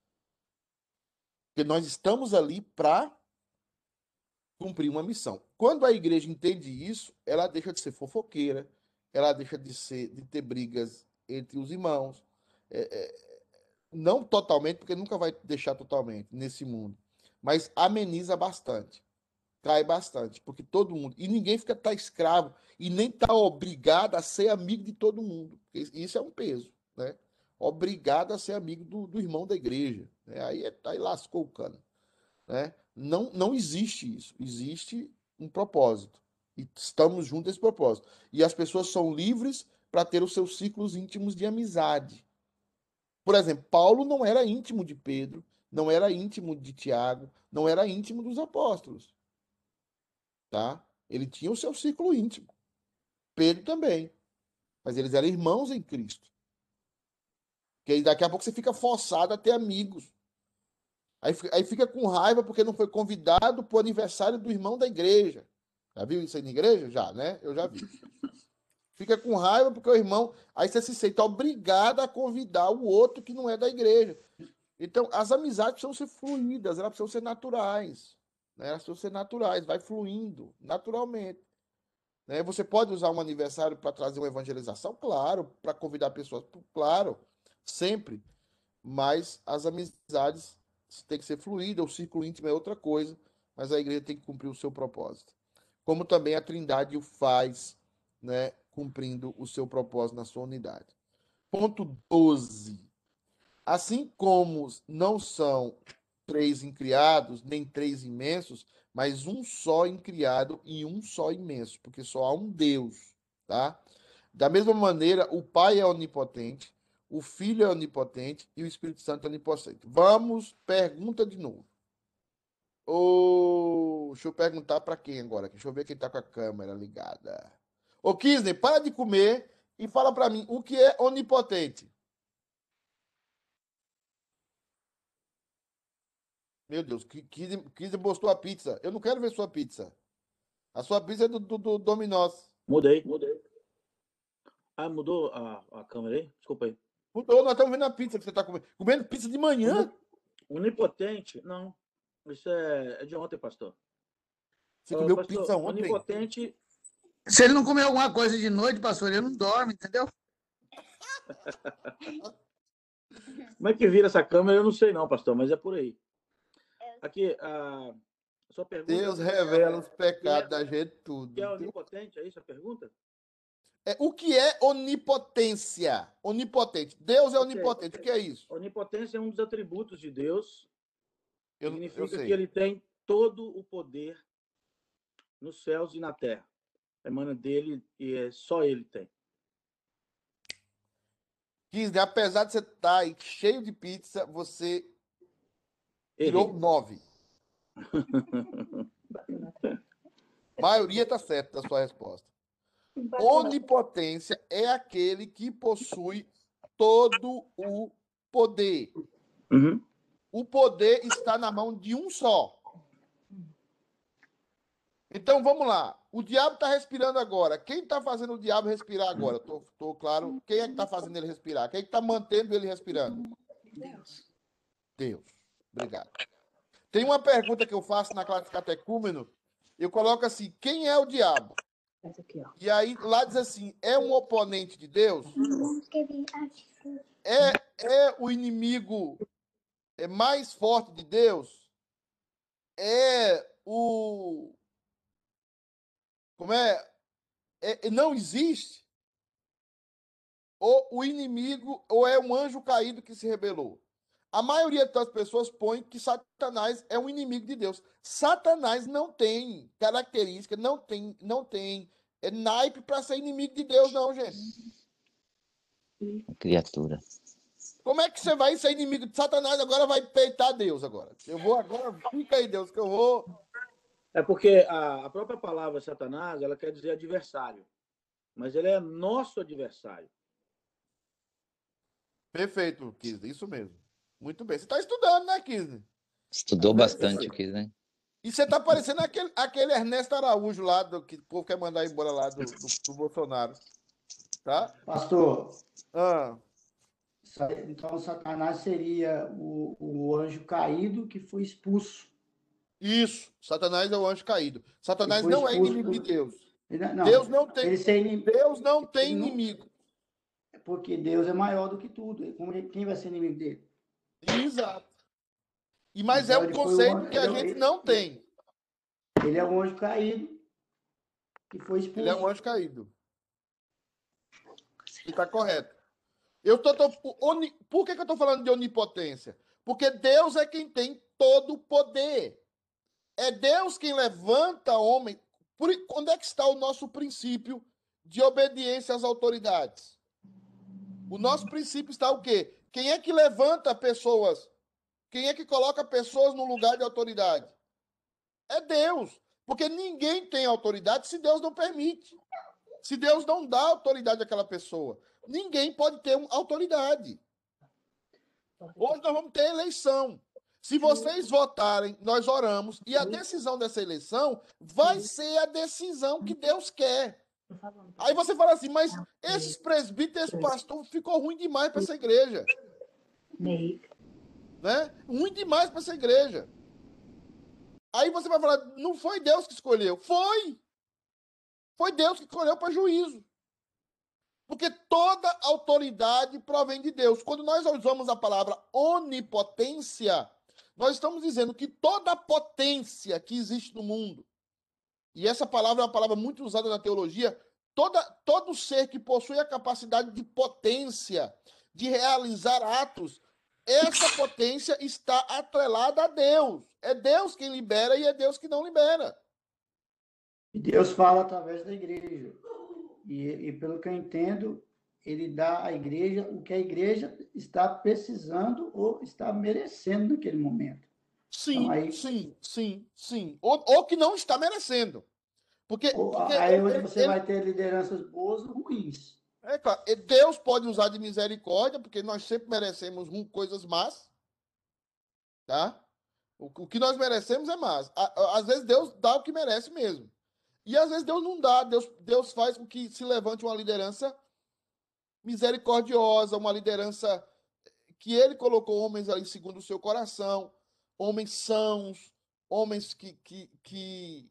Porque nós estamos ali para cumprir uma missão. Quando a igreja entende isso, ela deixa de ser fofoqueira, ela deixa de ser de ter brigas entre os irmãos. É, é, não totalmente, porque nunca vai deixar totalmente nesse mundo, mas ameniza bastante, cai bastante, porque todo mundo, e ninguém fica tá escravo e nem tá obrigado a ser amigo de todo mundo. Isso é um peso, né? Obrigado a ser amigo do, do irmão da igreja, né? Aí, é, aí lascou o cano. Né? Não, não existe isso. Existe um propósito. E estamos juntos nesse propósito. E as pessoas são livres para ter os seus ciclos íntimos de amizade. Por exemplo, Paulo não era íntimo de Pedro, não era íntimo de Tiago, não era íntimo dos apóstolos. Tá? Ele tinha o seu ciclo íntimo. Pedro também. Mas eles eram irmãos em Cristo. Porque aí daqui a pouco você fica forçado a ter amigos. Aí, aí fica com raiva porque não foi convidado para o aniversário do irmão da igreja. Já viu isso aí na igreja? Já, né? Eu já vi. Fica com raiva porque o irmão... Aí você se sente obrigado a convidar o outro que não é da igreja. Então, as amizades precisam ser fluídas, elas precisam ser naturais. Né? Elas precisam ser naturais, vai fluindo naturalmente. Né? Você pode usar um aniversário para trazer uma evangelização? Claro. Para convidar pessoas? Claro. Sempre. Mas as amizades tem que ser fluida, o círculo íntimo é outra coisa, mas a igreja tem que cumprir o seu propósito. Como também a Trindade o faz, né, cumprindo o seu propósito na sua unidade. Ponto doze. Assim como não são três incriados, nem três imensos, mas um só incriado e um só imenso, porque só há um Deus, tá? Da mesma maneira, o Pai é onipotente, o Filho é onipotente e o Espírito Santo é onipotente. Vamos, pergunta de novo. Oh, deixa eu perguntar para quem agora? Deixa eu ver quem está com a câmera ligada. Ô, Kisney, para de comer e fala para mim o que é onipotente. Meu Deus, Kisney, Kisney postou a pizza. Eu não quero ver sua pizza. A sua pizza é do, do, do Dominós. Mudei, mudei. Ah, mudou a, a câmera aí? Desculpa aí. Mudou, nós estamos vendo a pizza que você está comendo. Comendo pizza de manhã? Onipotente? Não. Isso é, é de ontem, pastor. Você comeu pastor, pizza ontem? Onipotente. Se ele não comer alguma coisa de noite, pastor, ele não dorme, entendeu? Como é que vira essa câmera? Eu não sei não, pastor, mas é por aí. Aqui, a sua pergunta... Deus revela é, os pecados é, da gente tudo. Que é onipotente, é isso a pergunta? É, o que é onipotência? Onipotente. Deus é onipotente. Okay, okay. O que é isso? Onipotência é um dos atributos de Deus. Eu, Significa eu sei. que ele tem todo o poder nos céus e na terra. Emana dele e é só ele tem. Kisney, apesar de você estar aí cheio de pizza, você tirou nove. A maioria está certa da sua resposta. Onipotência é aquele que possui todo o poder. Uhum. O poder está na mão de um só. Então, vamos lá. O diabo está respirando agora. Quem está fazendo o diabo respirar agora? Estou claro. Quem é que está fazendo ele respirar? Quem é que está mantendo ele respirando? Deus. Deus. Obrigado. Tem uma pergunta que eu faço na classe catecúmeno. Eu coloco assim, quem é o diabo? E aí, lá diz assim, é um oponente de Deus? É, é o inimigo é mais forte de Deus? É o... Como é? é não existe? Ou o inimigo, ou é um anjo caído que se rebelou? A maioria das pessoas põe que Satanás é um inimigo de Deus. Satanás não tem característica, não tem, não tem é naipe para ser inimigo de Deus, não, gente. Criatura. Como é que você vai ser inimigo de Satanás agora vai peitar Deus agora? Eu vou agora, fica aí, Deus, que eu vou... É porque a, a própria palavra Satanás, ela quer dizer adversário. Mas ele é nosso adversário. Perfeito, Kisney, isso mesmo. Muito bem. Você está estudando, né, Kisney? Estudou Às vezes, bastante aqui, né? E você está parecendo aquele, aquele Ernesto Araújo lá, do, que o povo quer mandar embora lá do, do, do Bolsonaro. Tá? Pastor, Ah, então Satanás seria o, o anjo caído que foi expulso. isso. Satanás é o anjo caído. Que Satanás foi não é expulso inimigo de por- Deus. Ele não, Deus não tem, ele ser inimigo, Deus não tem ele não- inimigo. porque Deus é maior do que tudo. Como ele- quem vai ser inimigo dele? Exato. E, mas Então, é um ele foi o conceito anjo- que a ele é o- gente ele- não tem. Ele é um anjo caído que foi expulso. Ele é um anjo caído. E está correto. Eu tô, tô, oni, por que, que eu estou falando de onipotência? Porque Deus é quem tem todo o poder. É Deus quem levanta homem. Por, onde é que está o nosso princípio de obediência às autoridades? O nosso princípio está o quê? Quem é que levanta pessoas? Quem é que coloca pessoas no lugar de autoridade? É Deus. Porque ninguém tem autoridade se Deus não permite. Se Deus não dá autoridade àquela pessoa. Ninguém pode ter uma autoridade. Hoje nós vamos ter eleição. Se vocês votarem, nós oramos, e a decisão dessa eleição vai ser a decisão que Deus quer. Aí você fala assim, mas esses presbíteros, esse pastor, ficou ruim demais para essa igreja. Né? Ruim demais para essa igreja. Aí você vai falar, não foi Deus que escolheu. Foi! Foi Deus que escolheu para juízo. Porque toda autoridade provém de Deus. Quando nós usamos a palavra onipotência, nós estamos dizendo que toda potência que existe no mundo, e essa palavra é uma palavra muito usada na teologia, toda, todo ser que possui a capacidade de potência, de realizar atos, essa potência está atrelada a Deus. É Deus quem libera e é Deus que não libera. E Deus fala através da igreja. E, e pelo que eu entendo, ele dá à igreja o que a igreja está precisando ou está merecendo naquele momento. Sim, Então, aí, sim, sim, sim. Ou, ou que não está merecendo. Porque, ou, porque aí ele, hoje você ele, vai ter lideranças boas ou ruins. é claro, Deus pode usar de misericórdia, porque nós sempre merecemos coisas más. Tá? O, o que nós merecemos é más. Às vezes Deus dá o que merece mesmo. E às vezes Deus não dá. Deus, Deus faz com que se levante uma liderança misericordiosa, uma liderança que ele colocou homens ali segundo o seu coração, homens sãos, homens que, que, que,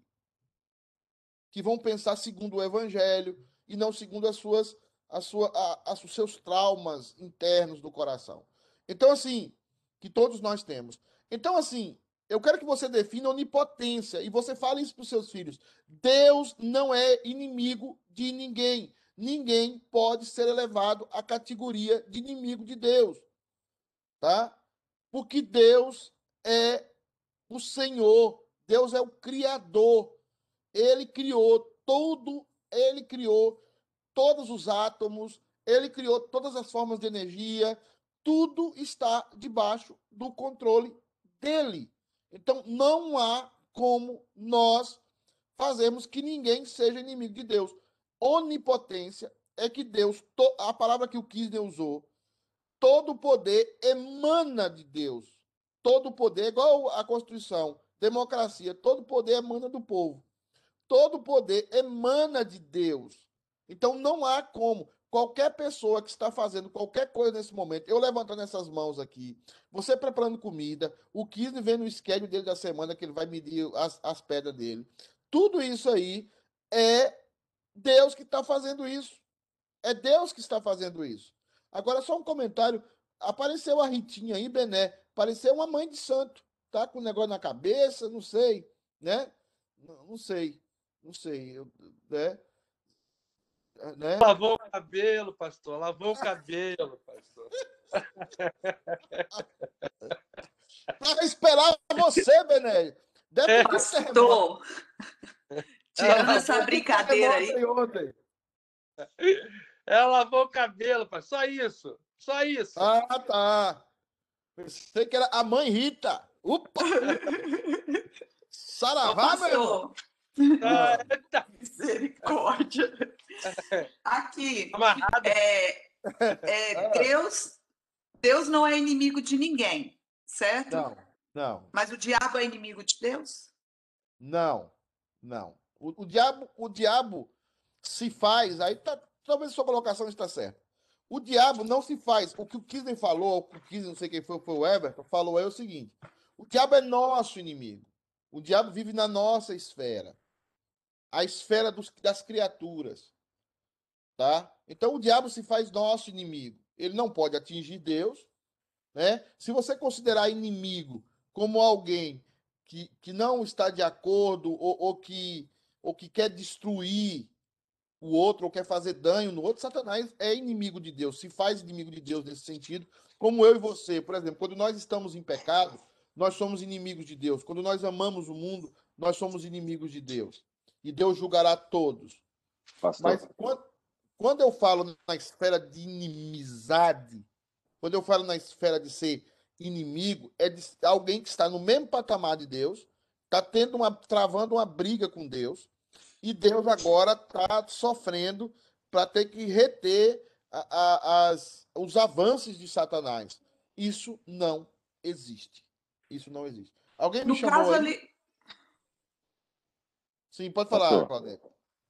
que vão pensar segundo o evangelho e não segundo as suas, as sua, a, as, os seus traumas internos do coração. Então, assim, que todos nós temos. Então, assim, eu quero que você defina onipotência e você fale isso para os seus filhos. Deus não é inimigo de ninguém. Ninguém pode ser elevado à categoria de inimigo de Deus. Tá? Porque Deus é o Senhor. Deus é o Criador. Ele criou tudo, ele criou todos os átomos, ele criou todas as formas de energia, tudo está debaixo do controle dele. Então, não há como nós fazemos que ninguém seja inimigo de Deus. Onipotência é que Deus, a palavra que o Kisner usou, todo poder emana de Deus. Todo poder, igual a Constituição, democracia, todo poder emana do povo. Todo poder emana de Deus. Então não há como. Qualquer pessoa que está fazendo qualquer coisa nesse momento, eu levantando essas mãos aqui, você preparando comida, o Kisne vendo o schedule dele da semana, que ele vai medir as, as pedras dele. Tudo isso aí é Deus que está fazendo isso. É Deus que está fazendo isso. Agora, só um comentário. Apareceu a Ritinha aí, Bené. Apareceu uma mãe de santo. Tá com um negócio na cabeça, não sei, né? Não, não sei. Não sei. Eu, né? Né? Lavou o cabelo, pastor. Lavou o cabelo, pastor. Para esperar você, Bené. Deve ter Pastor, tirando essa brincadeira aí. Ontem. Ela lavou o cabelo, pastor. Só isso. Só isso. Ah, tá. Pensei que era a mãe Rita. Opa! Saravá, meu irmão. Ah, tá. Misericórdia. Aqui, Amarrado. é, é, Deus, Deus não é inimigo de ninguém, certo? Não, não. Mas o diabo é inimigo de Deus? Não, não. O, o, diabo, o diabo se faz, aí tá, talvez a sua colocação está certa. O diabo não se faz. O que o Kisner falou, o Kisner, não sei quem foi, foi o Everton, falou é o seguinte: o diabo é nosso inimigo. O diabo vive na nossa esfera. A esfera dos, das criaturas. Tá? Então o diabo se faz nosso inimigo. Ele não pode atingir Deus, né? Se você considerar inimigo como alguém que, que não está de acordo ou, ou, que, ou que quer destruir o outro ou quer fazer dano no outro, Satanás é inimigo de Deus, se faz inimigo de Deus nesse sentido, como eu e você. Por exemplo, quando nós estamos em pecado, nós somos inimigos de Deus. Quando nós amamos o mundo, nós somos inimigos de Deus. E Deus julgará todos. Pastor. Mas quando, quando eu falo na esfera de inimizade, quando eu falo na esfera de ser inimigo, é de alguém que está no mesmo patamar de Deus, está tendo uma, travando uma briga com Deus, e Deus agora está sofrendo para ter que reter a, a, as, os avanços de Satanás. Isso não existe. Isso não existe. Alguém me No chamou caso aí? ali. Sim, pode falar, Pastor. Claudete.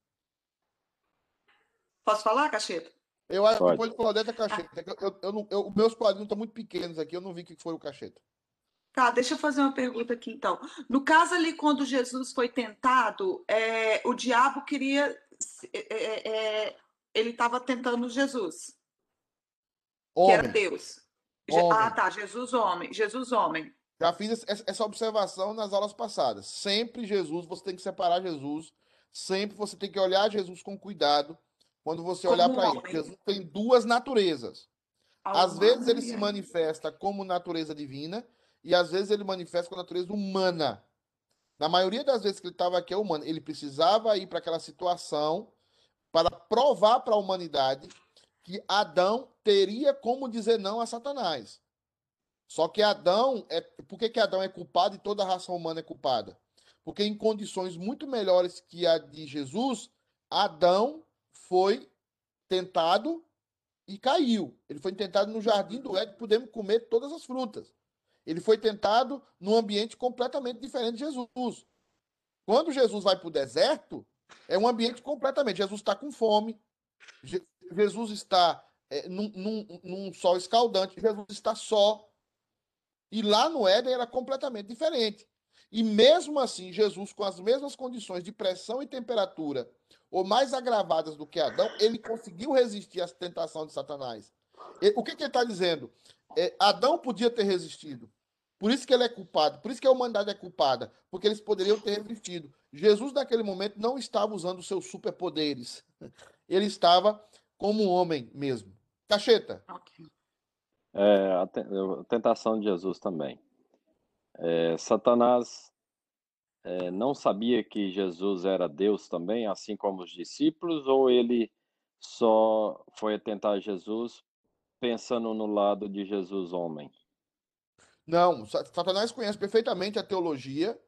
Posso falar, Cacheta? Eu acho que Pode. depois de Claudete é Cacheta. Eu, eu, eu não, eu, meus quadrinhos estão muito pequenos aqui, eu não vi que foi o Cacheta. Tá, deixa eu fazer uma pergunta aqui, então. No caso ali, quando Jesus foi tentado, é, o diabo queria... É, é, é, ele estava tentando Jesus, que era Homem. Deus. Homem. Ah, tá, Jesus homem. Jesus homem. Já fiz essa observação nas aulas passadas. Sempre Jesus, você tem que separar Jesus. Sempre você tem que olhar Jesus com cuidado quando você olhar Como para ele. homem. Jesus tem duas naturezas. A Às vezes ele humana e se a- manifesta como natureza divina e às vezes ele manifesta com natureza humana. Na maioria das vezes que ele estava aqui é humano. Ele precisava ir para aquela situação para provar para a humanidade que Adão teria como dizer não a Satanás. Só que Adão, é, por que, que Adão é culpado e toda a raça humana é culpada? Porque em condições muito melhores que a de Jesus, Adão foi tentado e caiu. Ele foi tentado no jardim do Éden, podemos comer todas as frutas. Ele foi tentado num ambiente completamente diferente de Jesus. Quando Jesus vai para o deserto, é um ambiente completamente. Jesus está com fome, Je- Jesus está é, num, num, num sol escaldante, Jesus está só. E lá no Éden era completamente diferente. E mesmo assim, Jesus, com as mesmas condições de pressão e temperatura, ou mais agravadas do que Adão, ele conseguiu resistir às tentações de Satanás. E- o que, que ele está dizendo? É, Adão podia ter resistido. Por isso que ele é culpado. Por isso que a humanidade é culpada. Porque eles poderiam ter resistido. Jesus, naquele momento, não estava usando os seus superpoderes. Ele estava como um homem mesmo. Cacheta. Ok. É, a te- a tentação de Jesus também. É, Satanás é, não sabia que Jesus era Deus também, assim como os discípulos, ou ele só foi tentar Jesus pensando no lado de Jesus homem? Não, Sa- Satanás conhece perfeitamente a teologia.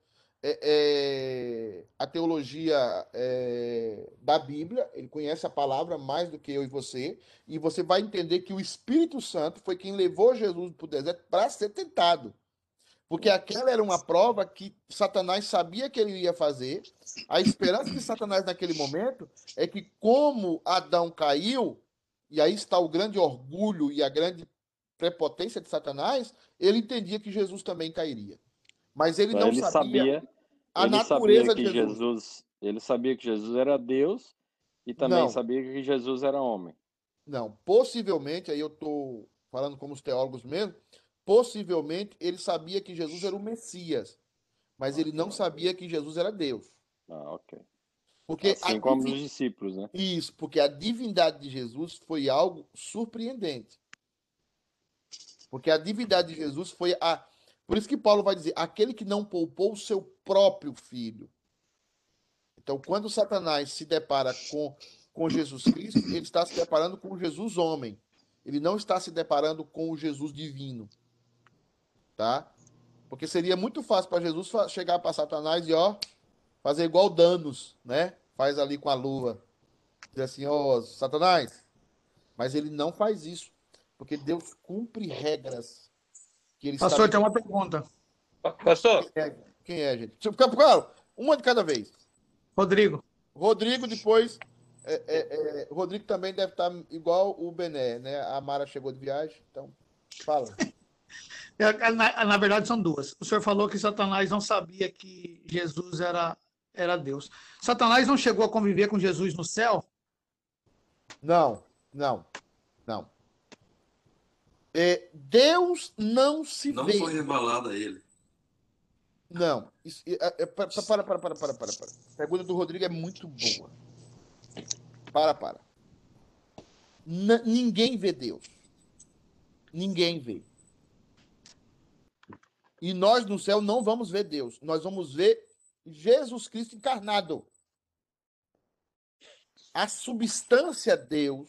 é, é, a teologia é, da Bíblia, ele conhece a palavra mais do que eu e você, e você vai entender que o Espírito Santo foi quem levou Jesus para o deserto para ser tentado. Porque aquela era uma prova que Satanás sabia que ele ia fazer. A esperança de Satanás naquele momento é que, como Adão caiu, e aí está o grande orgulho e a grande prepotência de Satanás, ele entendia que Jesus também cairia. Mas ele não ele sabia, sabia a ele natureza sabia de que Jesus. Jesus. Ele sabia que Jesus era Deus e também Não. sabia que Jesus era homem. Não, possivelmente, aí eu estou falando como os teólogos mesmo, possivelmente ele sabia que Jesus era o Messias, mas ele não sabia que Jesus era Deus. Ah, ok. Porque Assim a como divi- os discípulos, né? Isso, porque a divindade de Jesus foi algo surpreendente. Porque a divindade de Jesus foi a. Por isso que Paulo vai dizer: aquele que não poupou o seu próprio filho. Então, quando Satanás se depara com, com Jesus Cristo, ele está se deparando com o Jesus homem. Ele não está se deparando com o Jesus divino. Tá? Porque seria muito fácil para Jesus fa- chegar para Satanás e, ó, fazer igual Danos, né? Faz ali com a luva. Dizer assim, ó, Satanás. Mas ele não faz isso. Porque Deus cumpre regras que ele Pastor, tem estabelece. uma pergunta. Pastor, Quem é, quem é, gente? Deixa eu ficar claro. Uma de cada vez. Rodrigo. Rodrigo, depois. É, é, é, Rodrigo também deve estar igual o Bené, né? A Mara chegou de viagem, então. Fala. É, Na, na verdade, são duas. O senhor falou que Satanás não sabia que Jesus era, era Deus. Satanás não chegou a conviver com Jesus no céu? Não, não, não. É, Deus não se Não vê. foi revelado a ele. Não. Isso, é, é, para, para, para, para, para, para, para. A pergunta do Rodrigo é muito boa. Para, para. N- ninguém vê Deus. Ninguém vê. E nós no céu não vamos ver Deus. Nós vamos ver Jesus Cristo encarnado. A substância Deus,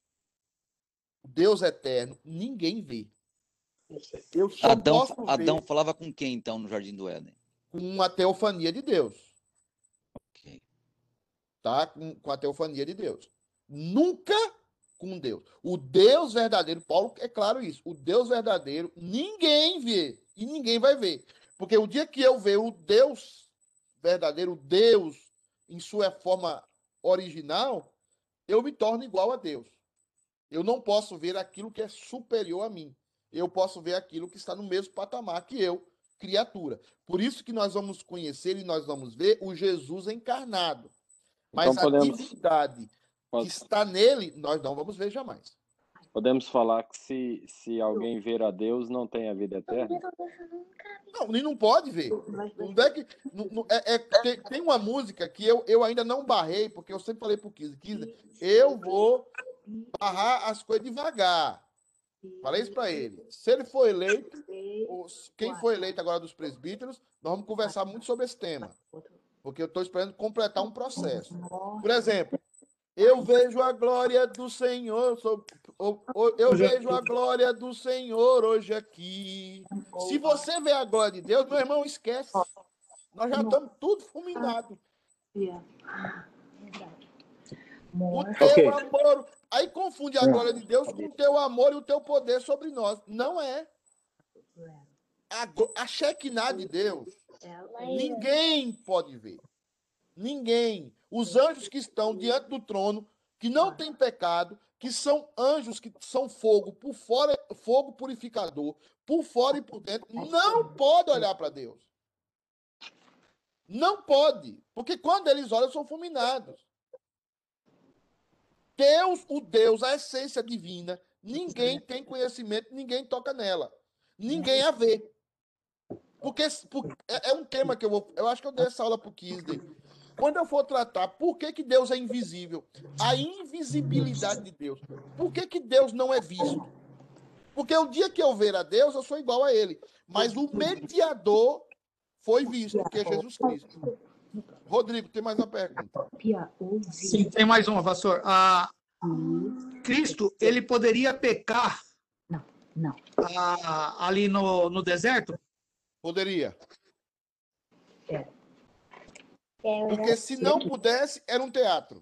Deus eterno, ninguém vê. Eu só Adão, posso ver Adão falava com quem, então, no Jardim do Éden? com uma teofania de Deus. Ok. Tá? Com, com a teofania de Deus. Nunca com Deus. O Deus verdadeiro, Paulo é claro isso, o Deus verdadeiro ninguém vê e ninguém vai ver. Porque o dia que eu ver o Deus verdadeiro, o Deus em sua forma original, eu me torno igual a Deus. Eu não posso ver aquilo que é superior a mim. Eu posso ver aquilo que está no mesmo patamar que eu, criatura. Por isso que nós vamos conhecer e nós vamos ver o Jesus encarnado. Mas Então podemos- a divindade que está nele, nós não vamos ver jamais. Podemos falar que se, se alguém ver a Deus, não tem a vida eterna? Não, nem não pode ver. Não é que, não, não- é, é- tem, tem uma música que eu, eu ainda não barrei, porque eu sempre falei pro Kizzy, Kizzy, eu vou barrar as coisas devagar. Falei isso para ele. Se ele for eleito, ou quem for eleito agora dos presbíteros, nós vamos conversar muito sobre esse tema. Porque eu estou esperando completar um processo. Por exemplo, eu vejo a glória do Senhor, sou- ou- ou- eu vejo a glória do Senhor hoje aqui. Se você vê a glória de Deus, meu irmão, esquece. Nós já estamos tudo fulminados. O teu Ok. amor. Aí confunde a glória de Deus com o teu amor e o teu poder sobre nós. Não é. A, glo- a Shekinah de Deus, ninguém pode ver. Ninguém. Os anjos que estão diante do trono, que não têm pecado, que são anjos que são fogo por fora, fogo purificador, por fora e por dentro, não pode olhar para Deus. Não pode. Porque quando eles olham, são fulminados. Deus, o Deus, a essência divina, ninguém tem conhecimento, ninguém toca nela. Ninguém a vê. Porque por- é, é um tema que eu vou. Eu acho que eu dei essa aula para o Kisney. Quando eu for tratar por que, que Deus é invisível, a invisibilidade de Deus, por que, que Deus não é visto? Porque o dia que eu ver a Deus, eu sou igual a ele. Mas o mediador foi visto, que é Jesus Cristo. Rodrigo, tem mais uma pergunta. Sim, tem mais uma, pastor. Ah, Cristo, ele poderia pecar ah, ali no, no deserto? Poderia. Porque se não pudesse, era um teatro.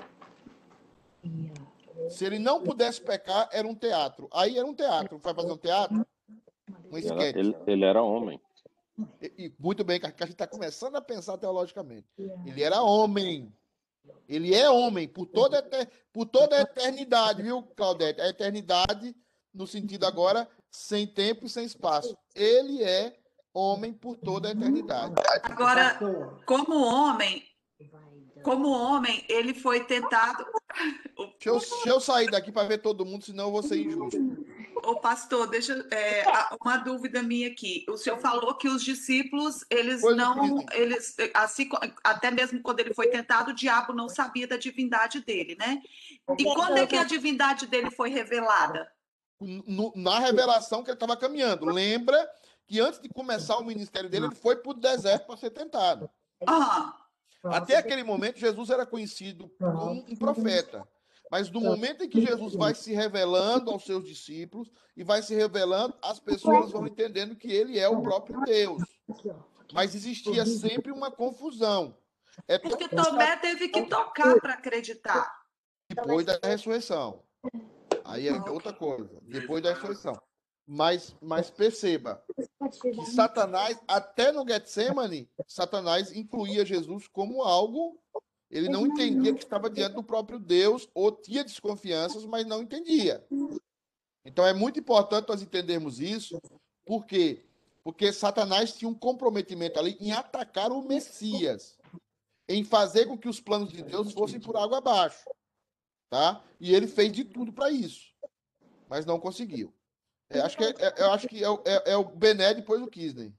Se ele não pudesse pecar, era um teatro. Aí era um teatro. Vai fazer um teatro? Um Ele era, esquete. ele, ele era homem. E, e muito bem, que a gente está começando a pensar teologicamente. Ele era homem. Ele é homem por toda, a eter- por toda a eternidade, viu, Claudete? A eternidade, no sentido agora, sem tempo e sem espaço. Ele é homem por toda a eternidade. Agora, como homem, como homem, ele foi tentado. Deixa eu, deixa eu sair daqui para ver todo mundo, senão eu vou ser injusto. Ô, pastor, deixa é, a- uma dúvida minha aqui. O senhor falou que os discípulos, eles Pois não, não. eles, assim, co- até mesmo quando ele foi tentado, o diabo não sabia da divindade dele, né? E quando é que a divindade dele foi revelada? No- na revelação que ele estava caminhando. Lembra que antes de começar o ministério dele, ele foi para o deserto para ser tentado. Aham. Até aquele momento, Jesus era conhecido como um profeta. Mas no momento em que Jesus vai se revelando aos seus discípulos e vai se revelando, as pessoas vão entendendo que ele é o próprio Deus. Mas existia sempre uma confusão. É Porque tão- Tomé teve que tocar para acreditar. depois da ressurreição. Aí é outra coisa. Depois da ressurreição. Mas, mas perceba que Satanás, até no Getsemane, Satanás incluía Jesus como algo. Ele não entendia que estava diante do próprio Deus, ou tinha desconfianças, mas não entendia. Então é muito importante nós entendermos isso. Por quê? Porque Satanás tinha um comprometimento ali em atacar o Messias, em fazer com que os planos de Deus fossem por água abaixo. Tá? E ele fez de tudo para isso, mas não conseguiu. É, acho que é, é- eu acho que é, o- é- é o Bené depois o Kisney.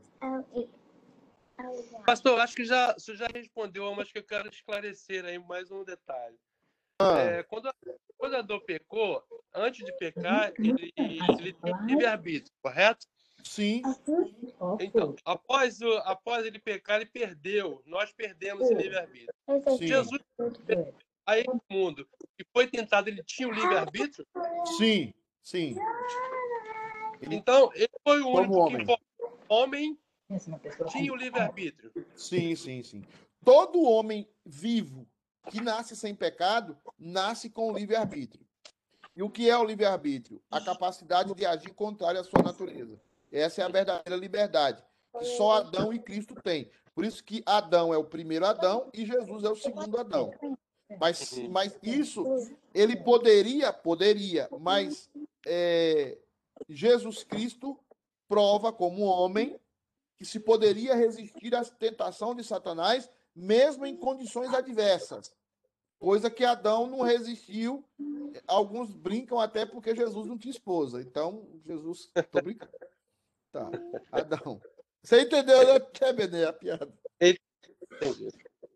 Pastor, acho que já, você já respondeu, mas que eu quero esclarecer aí mais um detalhe. Ah, É, quando, quando Adão pecou, antes de pecar, ele, ele tinha livre-arbítrio, correto? sim, Então, após, o, após ele pecar, ele perdeu. Nós perdemos esse livre-arbítrio. sim, Jesus, aí no mundo, que foi tentado, ele tinha o livre-arbítrio? sim, sim. Ele, Então, ele foi o como único que homem. informou o homem tinha o livre-arbítrio. Sim, sim, sim. Todo homem vivo que nasce sem pecado, nasce com o livre-arbítrio. E o que é o livre-arbítrio? A capacidade de agir contrário à sua natureza. Essa é a verdadeira liberdade, que só Adão e Cristo têm. Por isso que Adão é o primeiro Adão e Jesus é o segundo Adão. Mas, mas isso, ele poderia, poderia, mas é, Jesus Cristo prova como homem que se poderia resistir à tentação de Satanás, mesmo em condições adversas. Coisa que Adão não resistiu. Alguns brincam até porque Jesus não tinha esposa. Então, Jesus... Tô brincando. Tá. Adão. Você entendeu, né, Tia Bené, a piada? Entendi.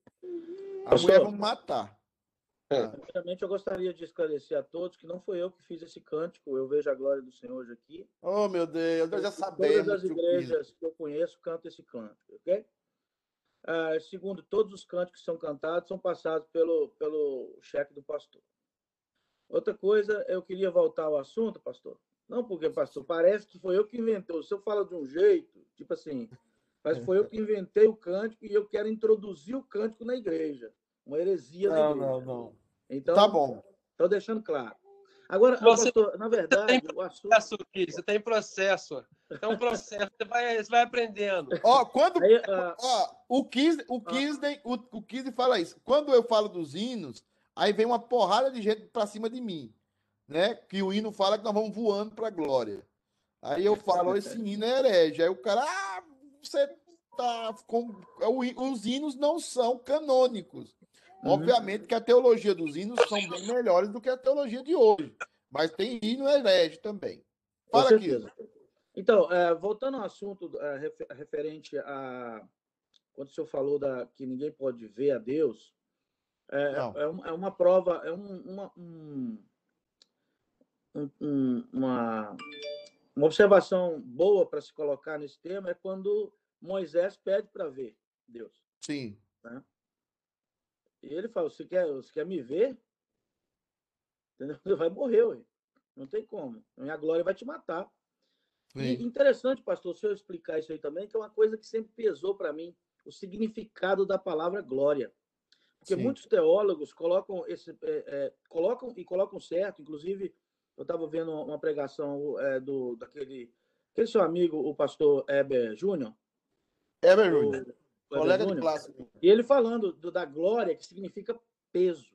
A mulher vamos matar. Ah, Primeiramente, eu gostaria de esclarecer a todos que não foi eu que fiz esse cântico. Eu vejo a glória do Senhor hoje aqui. oh, meu Deus, nós já Todas sabemos. as tio igrejas que eu conheço cantam esse cântico, ok? Ah, segundo, todos os cânticos que são cantados são passados pelo, pelo chefe do pastor. Outra coisa, eu queria voltar ao assunto, pastor. Não porque, pastor, parece que foi eu que inventei. O senhor fala de um jeito, tipo assim, mas foi eu que inventei o cântico e eu quero introduzir o cântico na igreja. Uma heresia na Não, igreja. não, não. Então, Tá bom. estou deixando claro. Agora, Você- pastor, na verdade, tem o assunto... processo aqui, você tem processo. É um processo, você vai, você vai aprendendo. Ó, quando... Aí, ah, Ó, o Kisney, o Kisney, o, o Kisney fala isso. Quando eu falo dos hinos, aí vem uma porrada de gente pra cima de mim, né? Que o hino fala que nós vamos voando pra glória. Aí eu falo, esse hino é herege. Aí o cara, ah, você tá com... Os hinos não são canônicos. Uhum. Obviamente que a teologia dos hinos são bem melhores do que a teologia de hoje. Mas tem hino herege também. Com Fala aqui. certeza. Então, é, voltando ao assunto é, refer- referente a... Quando o senhor falou da, que ninguém pode ver a Deus, é, Não. é, um- é uma prova, é um- uma, um- um- um- uma, uma observação boa para se colocar nesse tema é quando Moisés pede para ver Deus. Sim. Né? E ele fala, você quer, você quer me ver? Entendeu? Você vai morrer, ué. Não tem como. A minha glória vai te matar. E Sim. interessante, pastor, se eu explicar isso aí também, que é uma coisa que sempre pesou para mim o significado da palavra glória. Porque Sim. muitos teólogos colocam, esse, é, é, colocam e colocam certo, inclusive, eu estava vendo uma pregação é, do, daquele aquele seu amigo, o pastor Heber Júnior. Heber Júnior, o colega Heber de Júnior, classe. e ele falando do, da glória, que significa peso.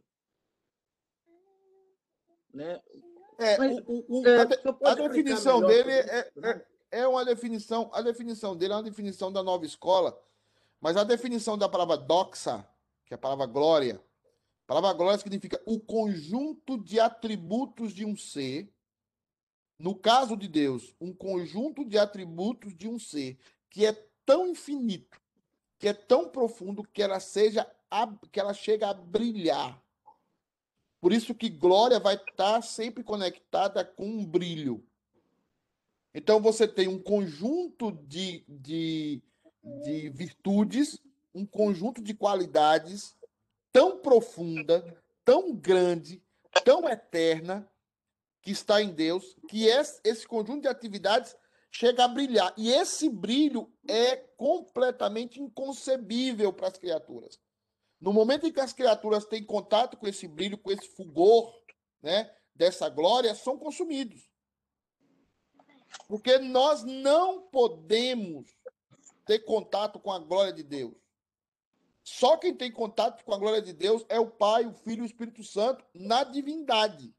Né? É, Mas, o, o, o, é, a, de, a definição dele é, é, é uma definição, a definição dele é uma definição da nova escola, mas a definição da palavra doxa, que é a palavra glória, a palavra glória significa o conjunto de atributos de um ser, no caso de Deus, um conjunto de atributos de um ser que é tão infinito, que é tão profundo que ela seja que ela chega a brilhar. Por isso que glória vai estar sempre conectada com um brilho. Então você tem um conjunto de, de, de virtudes, um conjunto de qualidades tão profunda, tão grande, tão eterna, que está em Deus, que esse, esse conjunto de atividades chega a brilhar. E esse brilho é completamente inconcebível para as criaturas. No momento em que as criaturas têm contato com esse brilho, com esse fulgor, né, dessa glória, são consumidos. Porque nós não podemos ter contato com a glória de Deus. Só quem tem contato com a glória de Deus é o Pai, o Filho e o Espírito Santo na divindade.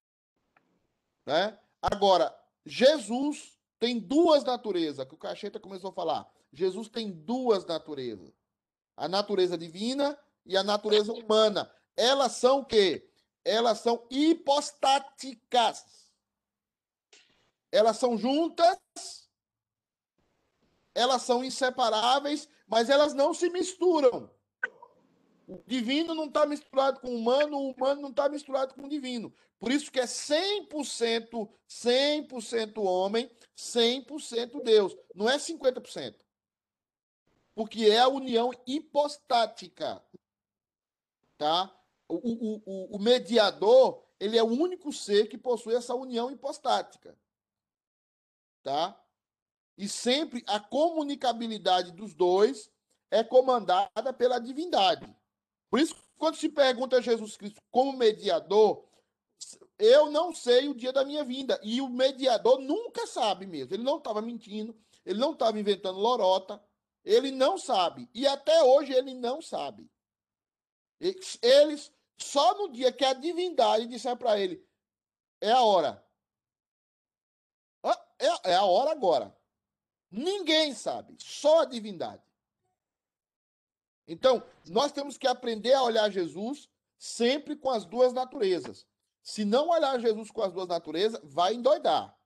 Né? Agora, Jesus tem duas naturezas, que o Cacheta começou a falar. Jesus tem duas naturezas. A natureza divina e a natureza humana. Elas são o quê? Elas são hipostáticas. Elas são juntas, elas são inseparáveis, mas elas não se misturam. O divino não está misturado com o humano, o humano não está misturado com o divino. Por isso que é cem por cento, cem por cento homem, cem por cento Deus. Não é cinquenta por cento. Porque é a união hipostática. Tá? O, o, o, o mediador, ele é o único ser que possui essa união hipostática. Tá? E sempre a comunicabilidade dos dois é comandada pela divindade. Por isso, quando se pergunta a Jesus Cristo como mediador, eu não sei o dia da minha vinda. E o mediador nunca sabe mesmo. Ele não estava mentindo, ele não estava inventando lorota, ele não sabe. E até hoje ele não sabe. Eles, só no dia que a divindade disser para ele, é a hora. É a hora agora. Ninguém sabe, só a divindade. Então, nós temos que aprender a olhar Jesus sempre com as duas naturezas. Se não olhar Jesus com as duas naturezas, vai endoidar.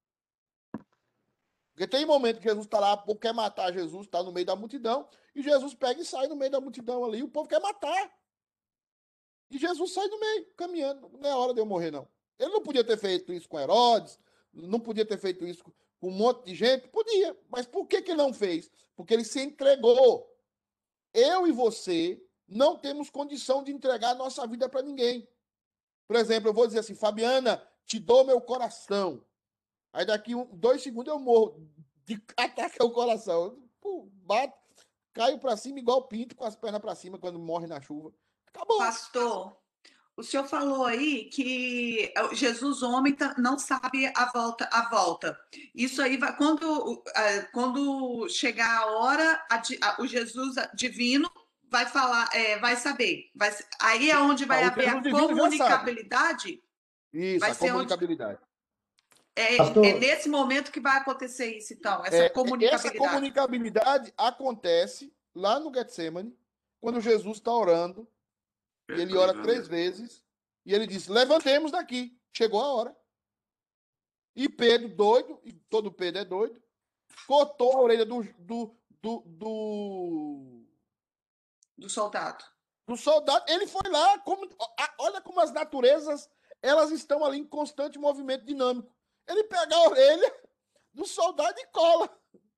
Porque tem momento que Jesus está lá, o povo quer matar Jesus, está no meio da multidão, e Jesus pega e sai no meio da multidão ali, e o povo quer matar. E Jesus sai no meio, caminhando. Não é hora de eu morrer, não. Ele não podia ter feito isso com Herodes, não podia ter feito isso com um monte de gente? Podia. Mas por que que ele não fez? Porque ele se entregou. Eu e você não temos condição de entregar a nossa vida para ninguém. Por exemplo, eu vou dizer assim, Fabiana, te dou meu coração. Aí daqui um, dois segundos eu morro de ataque ao coração. Pô, bato, caio para cima igual pinto com as pernas para cima quando morre na chuva. Acabou. Pastor, o senhor falou aí que Jesus homem não sabe a volta, a volta. Isso aí vai quando, quando chegar a hora, a, a, o Jesus divino vai falar, é, vai saber. Vai, aí é onde vai ah, haver a comunicabilidade. Isso, vai a ser comunicabilidade. Onde... É, é nesse momento que vai acontecer isso, então, essa é, comunicabilidade. Essa comunicabilidade acontece lá no Getsemane, quando Jesus está orando. E ele ora três vezes. E ele diz, levantemos daqui. Chegou a hora. E Pedro, doido, e todo Pedro é doido, cortou a orelha do... Do, do, do... do soldado. Do soldado. Ele foi lá. Como, olha como as naturezas, elas estão ali em constante movimento dinâmico. Ele pega a orelha do soldado e cola.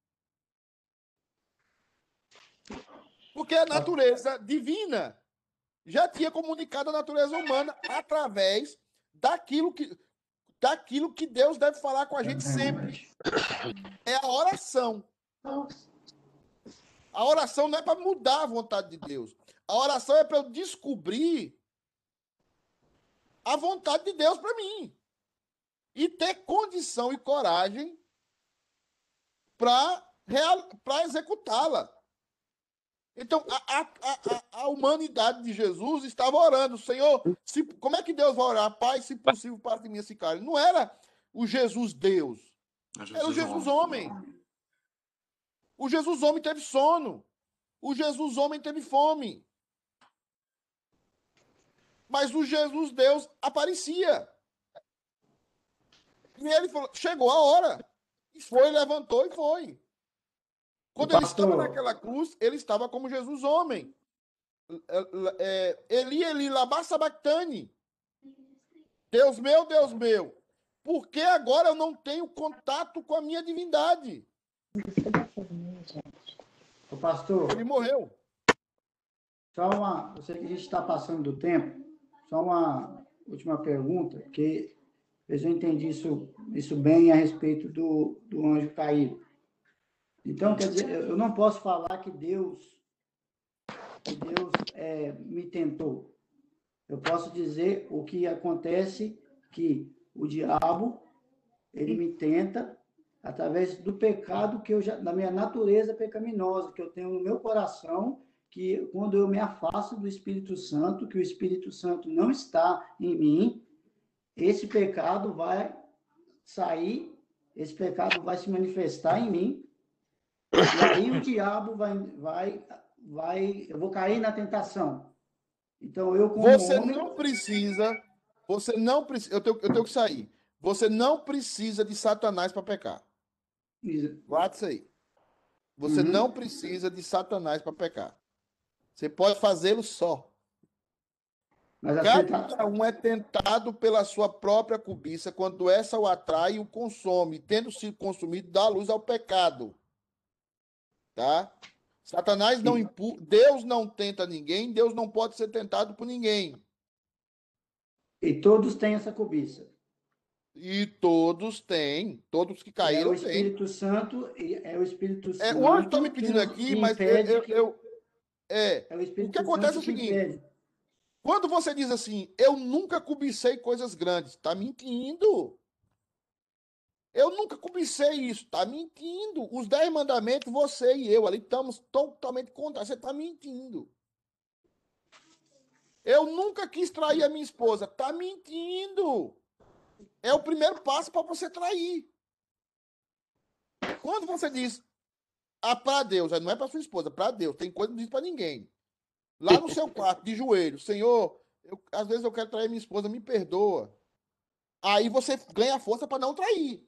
Porque a natureza divina já tinha comunicado a natureza humana através daquilo que, daquilo que Deus deve falar com a gente sempre. É a oração. A oração não é para mudar a vontade de Deus. A oração é para eu descobrir a vontade de Deus para mim. E ter condição e coragem para executá-la. Então, a, a, a, a humanidade de Jesus estava orando. Senhor, se, como é que Deus vai orar? Pai, se possível, para de mim esse cara. Não era o Jesus Deus. Era o Jesus homem. O Jesus homem teve sono. O Jesus homem teve fome. Mas o Jesus Deus aparecia. E ele falou, chegou a hora. E foi, levantou e foi. Quando ele estava naquela cruz, ele estava como Jesus homem. É, Eli, Eli, lama sabachthani. Deus meu, Deus meu. Por que agora eu não tenho contato com a minha divindade? Ô, pastor. Ele morreu. Só uma... Eu sei que a gente está passando do tempo. Só uma última pergunta, porque eu já entendi isso, isso bem a respeito do, do anjo caído. Então, quer dizer, eu não posso falar que Deus, que Deus é, me tentou. Eu posso dizer o que acontece, que o diabo, ele me tenta através do pecado que eu já, da minha natureza pecaminosa, que eu tenho no meu coração, que quando eu me afasto do Espírito Santo, que o Espírito Santo não está em mim, esse pecado vai sair, esse pecado vai se manifestar em mim, e aí o diabo vai, vai, vai, eu vou cair na tentação. Então eu como Você homem... não precisa, você não precisa, eu tenho, eu tenho que sair. Você não precisa de Satanás para pecar. Guarda isso aí. Você Uhum. não precisa de Satanás para pecar. Você pode fazê-lo só. Mas Cada um é tentado pela sua própria cobiça, quando essa o atrai e o consome, tendo sido consumido, dá luz ao pecado. Tá? Satanás não impu... Deus não tenta ninguém, Deus não pode ser tentado por ninguém. E todos têm essa cobiça. E todos têm, todos que É caíram o têm. Espírito Santo, é o Espírito É, Santo. o anjo está me pedindo que, aqui, que mas eu, impede eu, que... eu- é, é o, o Espírito que acontece é Santo o que seguinte: impede. quando você diz assim, eu nunca cobicei coisas grandes, está mentindo. Eu nunca cobicei isso, está mentindo. Os dez mandamentos, você e eu ali estamos totalmente contra. Você está mentindo. Eu nunca quis trair a minha esposa, está mentindo. É o primeiro passo para você trair. Quando você diz ah, para Deus, aí não é para sua esposa, para Deus, tem coisa que não diz para ninguém. Lá no seu quarto, de joelho, Senhor, eu, às vezes eu quero trair minha esposa, me perdoa. Aí você ganha força para não trair.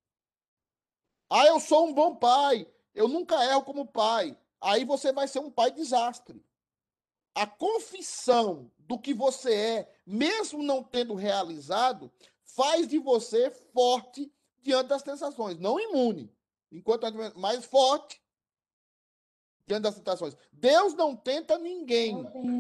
Ah, eu sou um bom pai, eu nunca erro como pai. Aí você vai ser um pai desastre. A confissão do que você é, mesmo não tendo realizado, faz de você forte diante das tentações, não imune, enquanto mais forte diante das tentações. Deus não tenta ninguém.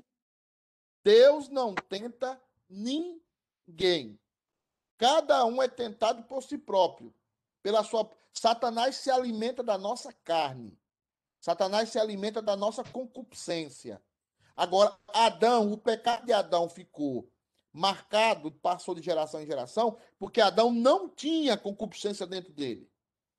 Deus não tenta ninguém. Cada um é tentado por si próprio. Pela sua... Satanás se alimenta da nossa carne. Satanás se alimenta da nossa concupiscência. Agora, Adão, o pecado de Adão ficou marcado, passou de geração em geração, porque Adão não tinha concupiscência dentro dele.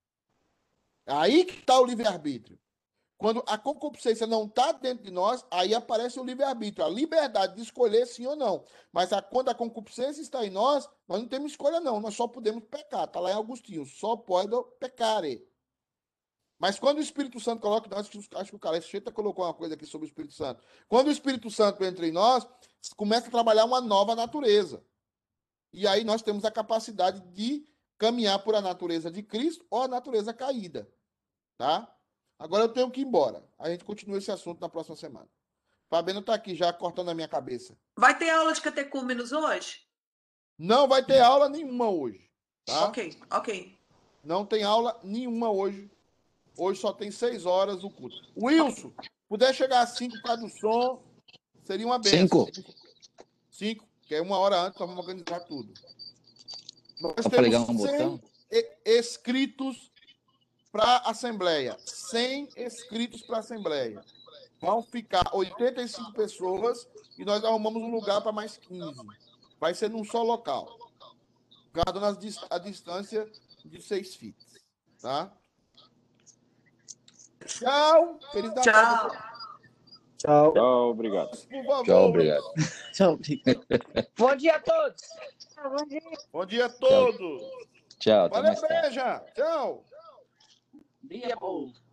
Aí que está o livre-arbítrio. Quando a concupiscência não está dentro de nós, aí aparece o livre-arbítrio, a liberdade de escolher sim ou não. Mas a, quando a concupiscência está em nós, nós não temos escolha não, nós só podemos pecar. Está lá em Agostinho, só pode pecare. Mas quando o Espírito Santo coloca, nós, acho que o Calexeta colocou uma coisa aqui sobre o Espírito Santo. Quando o Espírito Santo entra em nós, começa a trabalhar uma nova natureza. E aí nós temos a capacidade de caminhar por a natureza de Cristo ou a natureza caída. Tá? Agora eu tenho que ir embora. A gente continua esse assunto na próxima semana. Fabiano está aqui já cortando a minha cabeça. Vai ter aula de catecúmenos hoje? Não vai ter aula nenhuma hoje. Tá? Ok, ok. Não tem aula nenhuma hoje. Hoje só tem seis horas o culto. Wilson, puder chegar às cinco por causa do som, seria uma benção. Cinco? Cinco, que é uma hora antes, nós vamos organizar tudo. Nós Só para ligar temos um cem botão? inscritos para a Assembleia, cem inscritos para a Assembleia. Vão ficar oitenta e cinco pessoas e nós arrumamos um lugar para mais quinze. Vai ser num só local, guardando as dis- a distância de seis feet, tá? Tchau! Feliz Natal! Tchau. Tchau. Tchau, obrigado. Por favor. Tchau, obrigado. Tchau, obrigado. Bom dia a todos. Ah, bom dia. Bom dia a todos! Tchau, até Valeu, mais tarde. Beija! Tchau! Dia bom.